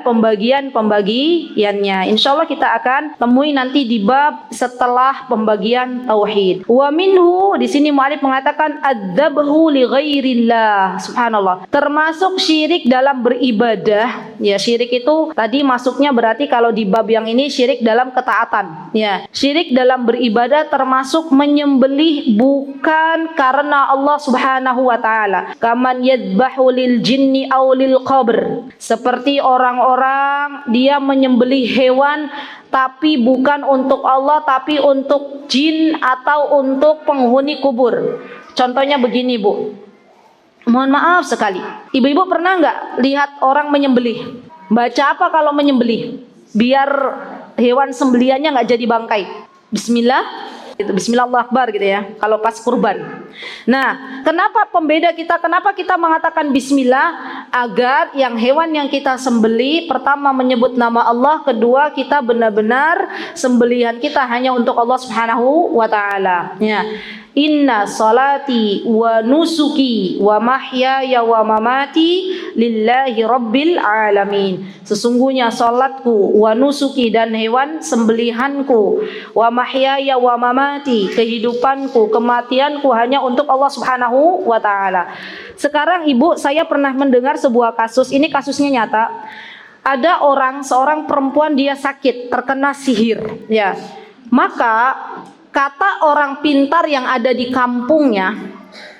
pembagiannya. Insya Allah kita akan temui nanti di bab setelah pembagian tauhid. Wa minhu di sini mu'alif mengatakan adzabhu li ghairillah. Subhanallah. Termasuk syirik dalam beribadah. Ya, syirik itu tadi masuknya berarti kalau di bab yang ini syirik dalam ketaatan. Ya, syirik dalam beribadah termasuk menyembelih bukan karena Allah Subhanahu wa taala. Kaman yadbahu lil jinni aw lil qabr. Seperti orang-orang dia menyembelih hewan tapi bukan untuk Allah tapi untuk jin atau untuk penghuni kubur. Contohnya begini Bu, mohon maaf sekali, ibu-ibu pernah nggak lihat orang menyembelih? Baca apa kalau menyembelih? Biar hewan sembelihannya nggak jadi bangkai. Bismillah. Itu bismillah Allahu akbar gitu ya kalau pas kurban. Nah, kenapa pembeda kita, kenapa kita mengatakan bismillah? Agar yang hewan yang kita sembeli pertama menyebut nama Allah, kedua kita benar-benar sembelihan kita hanya untuk Allah Subhanahu wa taala. Ya. Inna salati wa nusuki wa mahyaya wa mamati lillahi rabbil alamin. Sesungguhnya salatku wa nusuki dan hewan sembelihanku, wa mahyaya wa mamati kehidupanku, kematianku hanya untuk Allah Subhanahu wa taala. Sekarang Ibu, saya pernah mendengar sebuah kasus, ini kasusnya nyata. Ada seorang perempuan dia sakit, terkena sihir, ya. Maka kata orang pintar yang ada di kampungnya,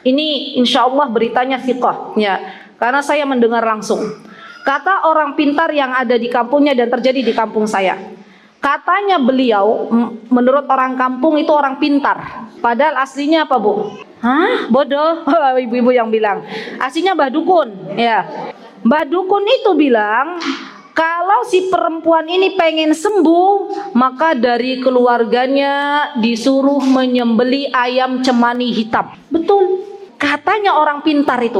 Ini insya Allah beritanya thiqah, ya, karena saya mendengar langsung. Kata orang pintar yang ada di kampungnya dan terjadi di kampung saya. Katanya beliau, menurut orang kampung itu orang pintar. Padahal aslinya apa, Bu? Hah? Bodoh. Ibu-ibu yang bilang. Aslinya Mbah Dukun. Ya. Mbah Dukun itu bilang, kalau si perempuan ini pengen sembuh, maka dari keluarganya disuruh menyembeli ayam cemani hitam. Betul. Katanya orang pintar itu.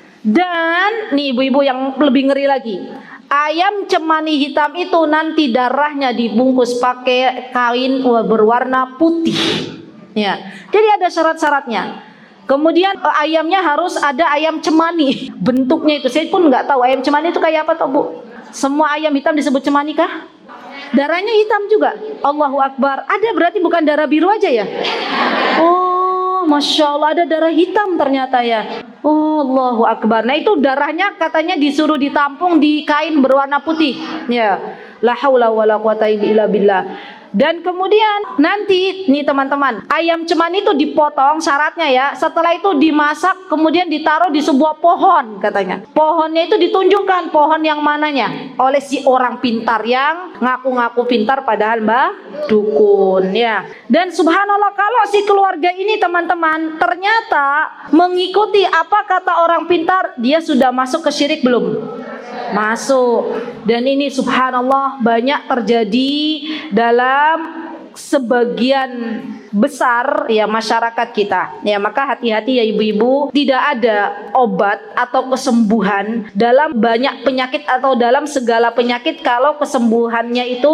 Dan nih ibu-ibu yang lebih ngeri lagi, ayam cemani hitam itu nanti darahnya dibungkus pakai kain berwarna putih. Ya, jadi ada syarat-syaratnya. Kemudian ayamnya harus ada ayam cemani. Bentuknya itu saya pun nggak tahu ayam cemani itu kayak apa toh, Bu. Semua ayam hitam disebut cemani kah? Darahnya hitam juga. Allahu Akbar. Ada berarti bukan darah biru aja ya? Oh, Masya Allah, ada darah hitam ternyata ya. Oh, Allahu Akbar. Nah itu darahnya katanya disuruh ditampung di kain berwarna putih. Ya, la haula wala quwata illa billah. Dan kemudian nanti nih teman-teman, ayam cemani itu dipotong syaratnya ya. Setelah itu dimasak, kemudian ditaruh di sebuah pohon katanya. Pohonnya itu ditunjukkan pohon yang mananya oleh si orang pintar yang ngaku-ngaku pintar padahal Mbah Dukun ya. Dan subhanallah kalau si keluarga ini teman-teman ternyata mengikuti apa kata orang pintar, dia sudah masuk ke syirik belum? Masuk. Dan ini subhanallah banyak terjadi dalam sebagian besar ya masyarakat kita. Ya, maka hati-hati ya ibu-ibu, tidak ada obat atau kesembuhan dalam banyak penyakit atau dalam segala penyakit kalau kesembuhannya itu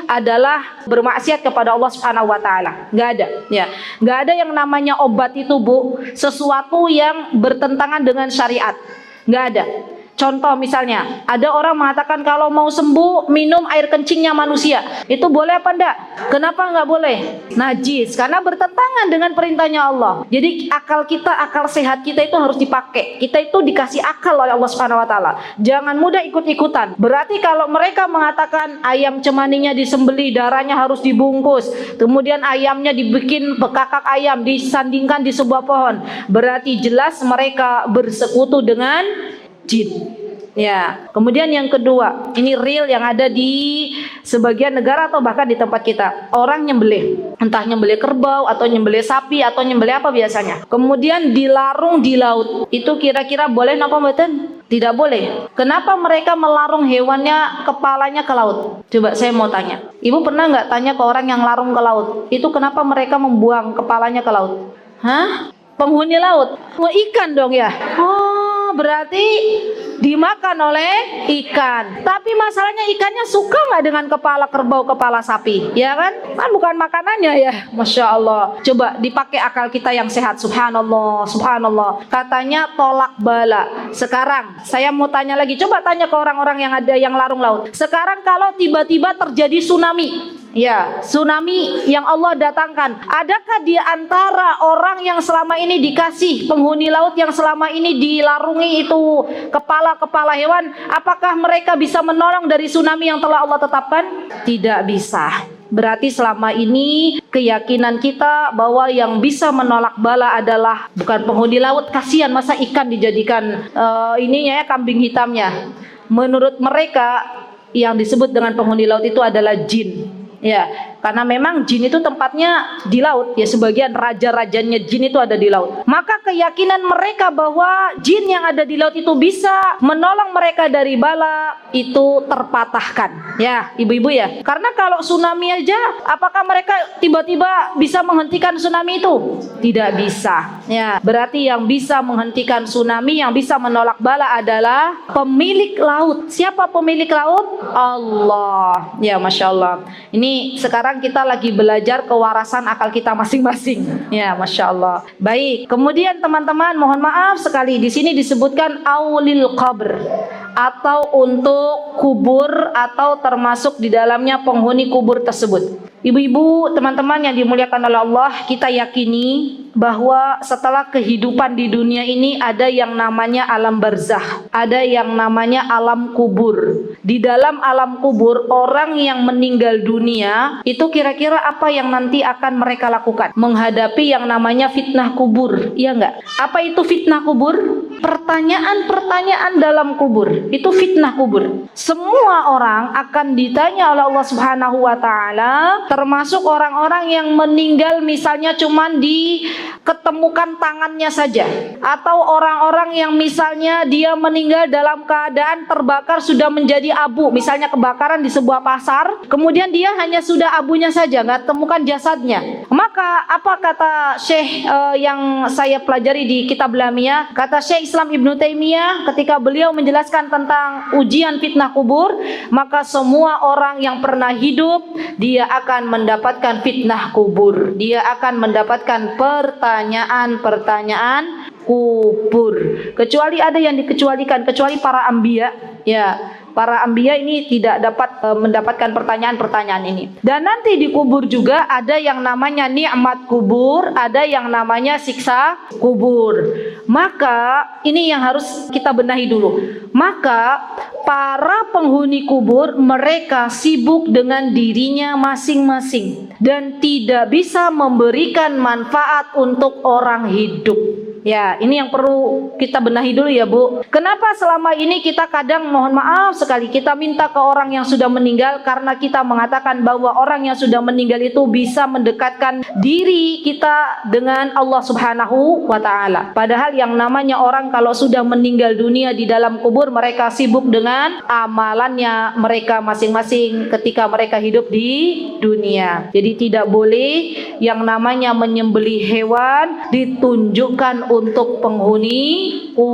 adalah bermaksiat kepada Allah Subhanahu wa taala. Enggak ada, ya. Enggak ada yang namanya obat itu, Bu, sesuatu yang bertentangan dengan syariat. Enggak ada. Contoh misalnya, ada orang mengatakan kalau mau sembuh minum air kencingnya manusia. Itu boleh apa enggak? Kenapa enggak boleh? Najis, karena bertentangan dengan perintahnya Allah. Jadi akal kita, akal sehat kita itu harus dipakai. Kita itu dikasih akal oleh Allah Subhanahu wa taala. Jangan mudah ikut-ikutan. Berarti kalau mereka mengatakan ayam cemaninya disembeli, darahnya harus dibungkus, kemudian ayamnya dibikin bekakak ayam, disandingkan di sebuah pohon, berarti jelas mereka bersekutu dengan jin. Ya, kemudian yang kedua, ini real yang ada di sebagian negara atau bahkan di tempat kita. Orang nyembelih, entah nyembelih kerbau atau nyembelih sapi atau nyembelih apa biasanya. Kemudian dilarung di laut. Itu kira-kira boleh napa mboten? Tidak boleh. Kenapa mereka melarung hewannya kepalanya ke laut? Coba saya mau tanya. Ibu pernah nggak tanya ke orang yang larung ke laut? Itu kenapa mereka membuang kepalanya ke laut? Hah? Penghuni laut? Mau ikan dong ya? Oh, berarti dimakan oleh ikan. Tapi masalahnya ikannya suka nggak dengan kepala kerbau, kepala sapi? Ya kan? Kan bukan makanannya ya. Masya Allah. Coba dipakai akal kita yang sehat. Subhanallah, subhanallah. Katanya tolak bala. Sekarang saya mau tanya lagi. Coba tanya ke orang-orang yang ada yang larung laut. Sekarang kalau tiba-tiba terjadi tsunami, ya, tsunami yang Allah datangkan, adakah di antara orang yang selama ini dikasih penghuni laut yang selama ini dilarungi itu kepala hewan, apakah mereka bisa menolong dari tsunami yang telah Allah tetapkan? Tidak bisa. Berarti selama ini keyakinan kita bahwa yang bisa menolak bala adalah bukan penghuni laut. Kasihan masa ikan dijadikan ininya ya, kambing hitamnya. Menurut mereka yang disebut dengan penghuni laut itu adalah jin. Ya, karena memang jin itu tempatnya di laut. Ya, sebagian raja-rajanya jin itu ada di laut. Maka keyakinan mereka bahwa jin yang ada di laut itu bisa menolong mereka dari bala itu terpatahkan. Ya, ibu-ibu ya. Karena kalau tsunami aja, apakah mereka tiba-tiba bisa menghentikan tsunami itu? Tidak bisa. Ya, berarti yang bisa menghentikan tsunami, yang bisa menolak bala adalah pemilik laut. Siapa pemilik laut? Allah. Ya, Masya Allah. Ini sekarang kita lagi belajar kewarasan akal kita masing-masing. Ya, Masya Allah. Baik. Kemudian teman-teman, mohon maaf sekali di sini disebutkan aulil qabr, atau untuk kubur atau termasuk di dalamnya penghuni kubur tersebut. Ibu-ibu, teman-teman yang dimuliakan oleh Allah, kita yakini bahwa setelah kehidupan di dunia ini ada yang namanya alam barzakh, ada yang namanya alam kubur. Di dalam alam kubur, orang yang meninggal dunia itu kira-kira apa yang nanti akan mereka lakukan? Menghadapi yang namanya fitnah kubur, iya enggak? Apa itu fitnah kubur? Pertanyaan-pertanyaan dalam kubur, itu fitnah kubur. Semua orang akan ditanya oleh Allah Subhanahu wa taala, termasuk orang-orang yang meninggal misalnya cuman diketemukan tangannya saja, atau orang-orang yang misalnya dia meninggal dalam keadaan terbakar sudah menjadi abu, misalnya kebakaran di sebuah pasar, kemudian dia hanya sudah abunya saja, nggak temukan jasadnya. Maka apa kata Syekh yang saya pelajari di kitab Lamia, kata Syekh Islam Ibnu Taimiyah ketika beliau menjelaskan tentang ujian fitnah kubur, maka semua orang yang pernah hidup dia akan mendapatkan fitnah kubur, dia akan mendapatkan pertanyaan-pertanyaan kubur. Kecuali ada yang dikecualikan, kecuali para anbiya, ya. Para anbiya ini tidak dapat mendapatkan pertanyaan-pertanyaan ini. Dan nanti di kubur juga ada yang namanya nikmat kubur, ada yang namanya siksa kubur. Maka ini yang harus kita benahi dulu. Maka para penghuni kubur mereka sibuk dengan dirinya masing-masing dan tidak bisa memberikan manfaat untuk orang hidup. Ya, ini yang perlu kita benahi dulu ya Bu. Kenapa selama ini kita kadang mohon maaf sekali kita minta ke orang yang sudah meninggal, karena kita mengatakan bahwa orang yang sudah meninggal itu bisa mendekatkan diri kita dengan Allah Subhanahu wa taala. Padahal yang namanya orang kalau sudah meninggal dunia di dalam kubur, mereka sibuk dengan amalannya mereka masing-masing ketika mereka hidup di dunia. Jadi tidak boleh yang namanya menyembelih hewan ditunjukkan untuk penghuni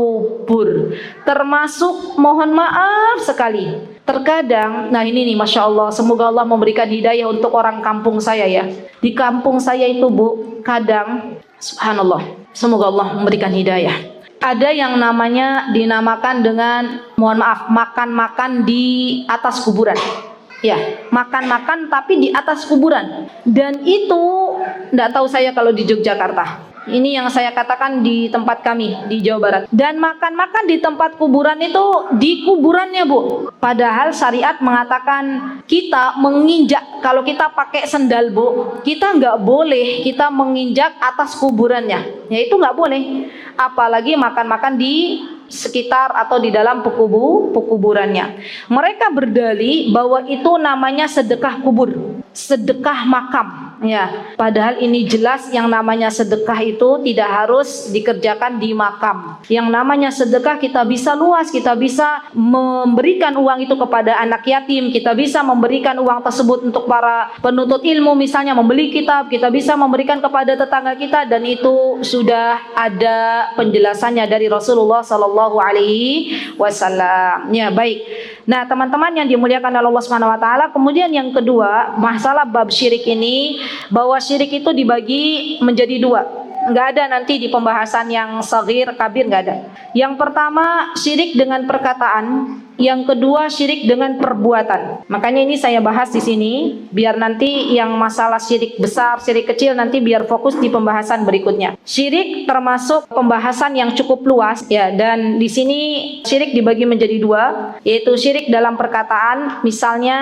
kubur. Termasuk mohon maaf sekali, terkadang, nah ini nih Masya Allah, semoga Allah memberikan hidayah untuk orang kampung saya ya. Di kampung saya itu Bu, kadang subhanallah, semoga Allah memberikan hidayah, ada yang namanya dinamakan dengan mohon maaf makan-makan di atas kuburan. Ya, makan-makan tapi di atas kuburan. Dan itu enggak tahu saya kalau di Yogyakarta. Ini yang saya katakan di tempat kami di Jawa Barat. Dan makan-makan di tempat kuburan itu di kuburannya Bu. Padahal syariat mengatakan kita menginjak, kalau kita pakai sendal Bu, kita nggak boleh kita menginjak atas kuburannya. Ya itu nggak boleh. Apalagi makan-makan di sekitar atau di dalam pekuburannya. Mereka berdalih bahwa itu namanya sedekah kubur, sedekah makam. Ya, padahal ini jelas yang namanya sedekah itu tidak harus dikerjakan di makam. Yang namanya sedekah kita bisa luas, kita bisa memberikan uang itu kepada anak yatim, kita bisa memberikan uang tersebut untuk para penuntut ilmu, misalnya membeli kitab, kita bisa memberikan kepada tetangga kita, dan itu sudah ada penjelasannya dari Rasulullah Sallallahu Alaihi Wasallam. Ya, baik. Nah, teman-teman yang dimuliakan oleh Allah Subhanahu Wa Taala, kemudian yang kedua, masalah bab syirik ini, bahwa syirik itu dibagi menjadi dua. Nggak ada nanti di pembahasan yang saghir, kabir, nggak ada. Yang pertama syirik dengan perkataan, yang kedua syirik dengan perbuatan. Makanya ini saya bahas di sini, biar nanti yang masalah syirik besar, syirik kecil nanti biar fokus di pembahasan berikutnya. Syirik termasuk pembahasan yang cukup luas ya, dan di sini syirik dibagi menjadi dua, yaitu syirik dalam perkataan. Misalnya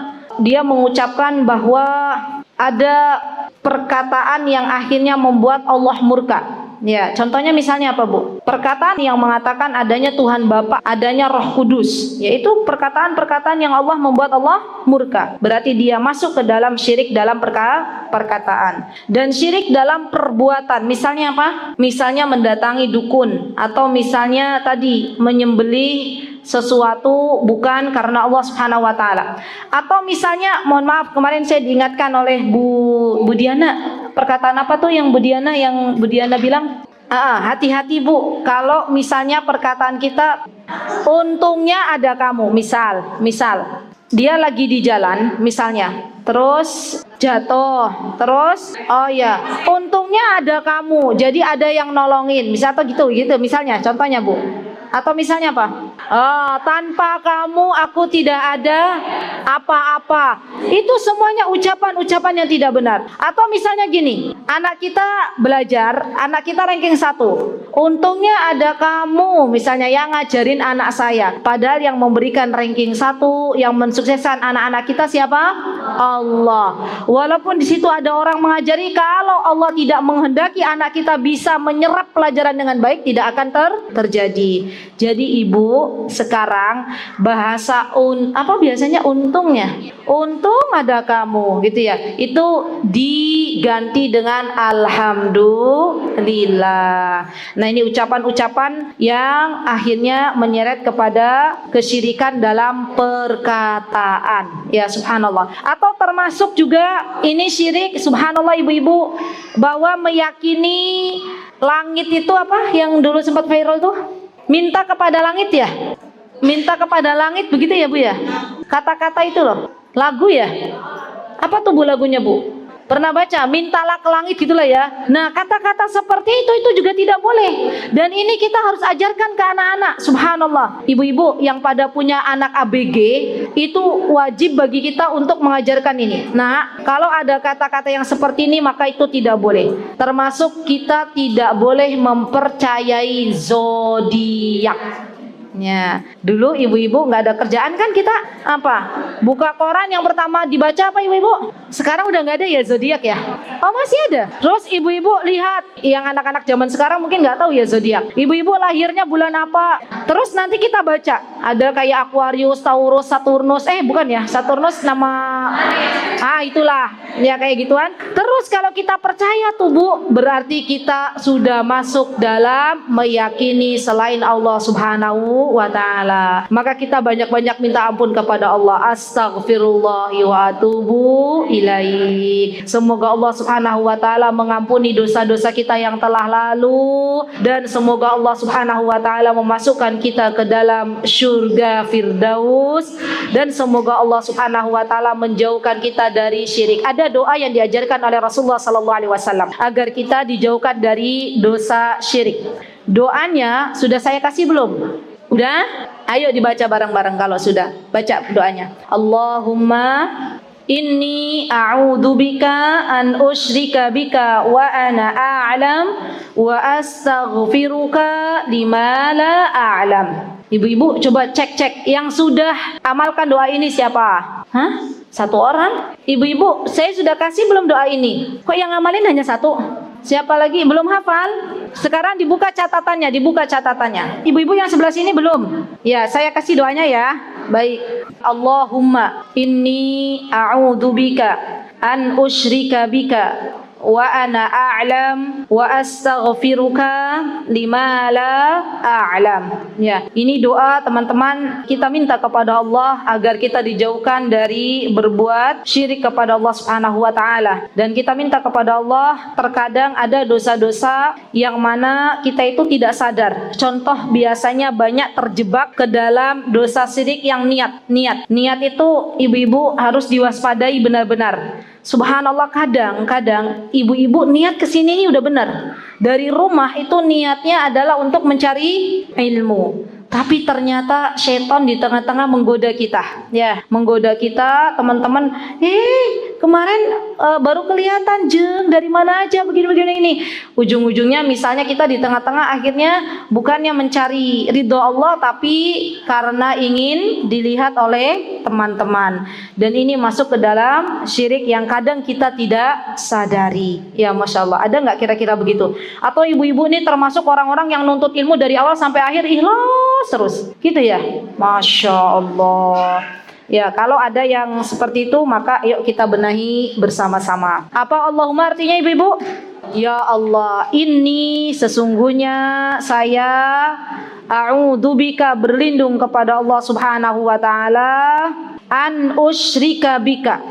dia mengucapkan bahwa ada perkataan yang akhirnya membuat Allah murka. Ya, contohnya misalnya apa Bu? Perkataan yang mengatakan adanya Tuhan Bapa, adanya Roh Kudus, yaitu perkataan-perkataan yang Allah membuat Allah murka. Berarti dia masuk ke dalam syirik dalam perkataan. Dan syirik dalam perbuatan, misalnya apa? Misalnya mendatangi dukun, atau misalnya tadi menyembelih sesuatu bukan karena Allah Subhanahu wa taala. Atau misalnya mohon maaf, kemarin saya diingatkan oleh Bu Diana. Perkataan apa tuh yang Bu Diana bilang? Hati-hati Bu, kalau misalnya perkataan kita untungnya ada kamu, misal dia lagi di jalan misalnya, terus jatuh, terus oh ya untungnya ada kamu, jadi ada yang nolongin, misal atau gitu misalnya, contohnya Bu. Atau misalnya apa? Tanpa kamu aku tidak ada apa-apa. Itu semuanya ucapan-ucapan yang tidak benar. Atau misalnya gini, anak kita belajar, anak kita ranking 1. Untungnya ada kamu misalnya yang ngajarin anak saya. Padahal yang memberikan ranking 1, yang mensukseskan anak-anak kita siapa? Allah. Walaupun di situ ada orang mengajari, kalau Allah tidak menghendaki anak kita bisa menyerap pelajaran dengan baik, tidak akan terjadi. Jadi ibu sekarang bahasa apa biasanya untungnya? Untung ada kamu gitu ya. Itu diganti dengan alhamdulillah. Nah, ini ucapan-ucapan yang akhirnya menyeret kepada kesyirikan dalam perkataan. Ya subhanallah. Atau termasuk juga ini syirik, subhanallah ibu-ibu, bahwa meyakini langit itu apa yang dulu sempat viral tuh? Minta kepada langit ya? Minta kepada langit begitu ya Bu ya? Kata-kata itu loh. Lagu ya? Apa tuh Bu lagunya Bu? Pernah baca? Mintalah ke langit gitulah ya. Nah, kata-kata seperti itu juga tidak boleh. Dan ini kita harus ajarkan ke anak-anak. Subhanallah. Ibu-ibu yang pada punya anak ABG, itu wajib bagi kita untuk mengajarkan ini. Nah, kalau ada kata-kata yang seperti ini maka itu tidak boleh. Termasuk kita tidak boleh mempercayai zodiak. Ya, dulu ibu-ibu nggak ada kerjaan kan kita apa? Buka koran yang pertama dibaca apa ibu-ibu? Sekarang udah nggak ada ya zodiak ya? Oh masih ada. Terus ibu-ibu lihat, yang anak-anak zaman sekarang mungkin nggak tahu ya zodiak. Ibu-ibu lahirnya bulan apa? Terus nanti kita baca. Ada kayak Aquarius, Taurus, Saturnus. Bukan ya, Saturnus nama. Itulah. Ya kayak gituan. Terus kalau kita percaya tuh Bu, berarti kita sudah masuk dalam meyakini selain Allah Subhanahu wa ta'ala. Maka kita banyak-banyak minta ampun kepada Allah. Astaghfirullah wa atubu ilaih. Semoga Allah Subhanahu wa ta'ala mengampuni dosa-dosa kita yang telah lalu, dan semoga Allah Subhanahu wa ta'ala memasukkan kita ke dalam surga Firdaus, dan semoga Allah Subhanahu wa ta'ala menjauhkan kita dari syirik. Ada doa yang diajarkan oleh Rasulullah sallallahu alaihi wasallam agar kita dijauhkan dari dosa syirik. Doanya sudah saya kasih belum? Udah? Ayo dibaca bareng-bareng kalau sudah. Baca doanya. Allahumma inni a'udzubika an usyrika bika wa ana a'lam wa astaghfiruka lima la a'lam. Ibu-ibu coba cek yang sudah amalkan doa ini siapa? Satu orang? Ibu-ibu, saya sudah kasih belum doa ini? Kok yang ngamalin hanya satu? Siapa lagi belum hafal? Sekarang dibuka catatannya, Ibu-ibu yang sebelah sini belum? Ya, saya kasih doanya ya. Baik. Allahumma inni a'udzubika an usyrika bika wa ana a'lam wa astaghfiruka lima la a'lam. Ya, ini doa teman-teman, kita minta kepada Allah agar kita dijauhkan dari berbuat syirik kepada Allah Subhanahu wa taala. Dan kita minta kepada Allah, terkadang ada dosa-dosa yang mana kita itu tidak sadar. Contoh biasanya banyak terjebak ke dalam dosa syirik yang niat itu ibu-ibu harus diwaspadai benar-benar. Subhanallah, kadang ibu-ibu niat kesini ini udah benar. Dari rumah itu niatnya adalah untuk mencari ilmu. Tapi ternyata syaitan di tengah-tengah menggoda kita. Ya, menggoda kita, teman-teman. Kemarin baru kelihatan jeng dari mana aja begini-begini ini. Ujung-ujungnya misalnya kita di tengah-tengah akhirnya bukannya mencari ridho Allah, tapi karena ingin dilihat oleh teman-teman. Dan ini masuk ke dalam syirik yang kadang kita tidak sadari. Ya, Masya Allah. Ada nggak kira-kira begitu? Atau ibu-ibu ini termasuk orang-orang yang nuntut ilmu dari awal sampai akhir ikhlas terus, gitu ya? Masya Allah. Ya, kalau ada yang seperti itu maka yuk kita benahi bersama-sama. Apa Allahumma artinya ibu-ibu? Ya Allah, ini sesungguhnya saya a'udzubika, berlindung kepada Allah Subhanahu wa taala, an usyrika bika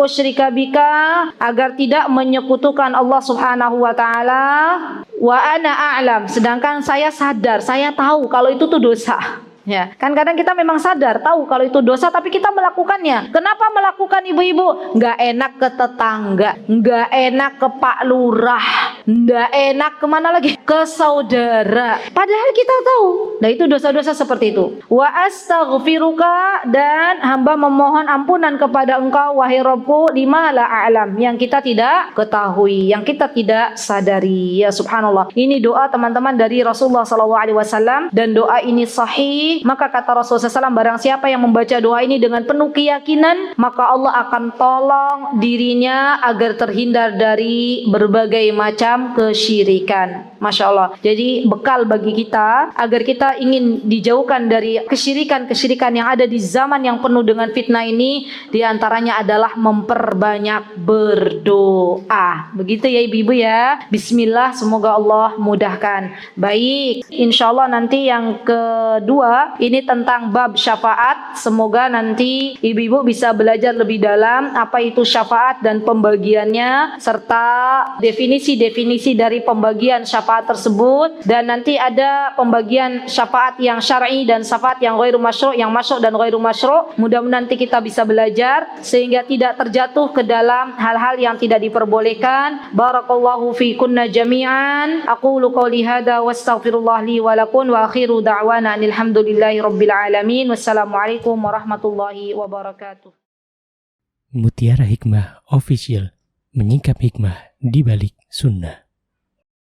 agar tidak menyekutukan Allah Subhanahu wa taala, wa ana a'lam, sedangkan saya sadar, saya tahu kalau itu tuh dosa. Ya, kan kadang kita memang sadar, tahu kalau itu dosa, tapi kita melakukannya. Kenapa melakukan ibu-ibu? Nggak enak ke tetangga, nggak enak ke Pak Lurah, nggak enak kemana lagi? ke saudara. Padahal kita tahu. Nah, itu dosa-dosa seperti itu. Wa astaghfiruka, dan hamba memohon ampunan kepada Engkau wahai Rabbku lima la a'lam, yang kita tidak ketahui, yang kita tidak sadari. Ya subhanallah. Ini doa teman-teman dari Rasulullah SAW, dan doa ini sahih. Maka kata Rasulullah SAW, barang siapa yang membaca doa ini dengan penuh keyakinan, maka Allah akan tolong dirinya agar terhindar dari berbagai macam kesyirikan. Masya Allah. Jadi bekal bagi kita agar kita ingin dijauhkan dari kesyirikan-kesyirikan yang ada di zaman yang penuh dengan fitnah ini, diantaranya adalah memperbanyak berdoa. Begitu ya ibu-ibu ya. Bismillah, semoga Allah mudahkan. Baik, insya Allah nanti yang kedua ini tentang bab syafaat. Semoga nanti ibu-ibu bisa belajar lebih dalam apa itu syafaat dan pembagiannya, serta definisi-definisi dari pembagian syafaat tersebut. Dan nanti ada pembagian syafaat yang syar'i dan syafaat yang ghairu masyru', yang masyru' dan ghairu masyru'. Mudah-mudahan nanti kita bisa belajar sehingga tidak terjatuh ke dalam hal-hal yang tidak diperbolehkan. Barakallahu fi kunna jami'an. Aqulu qawli hadza wa astaghfirullah li wa lakum wa akhiru da'wana alhamdulillahi rabbil alamin. Wassalamualaikum warahmatullahi wabarakatuh. Mutiara Hikmah Official, menyingkap hikmah di balik sunnah.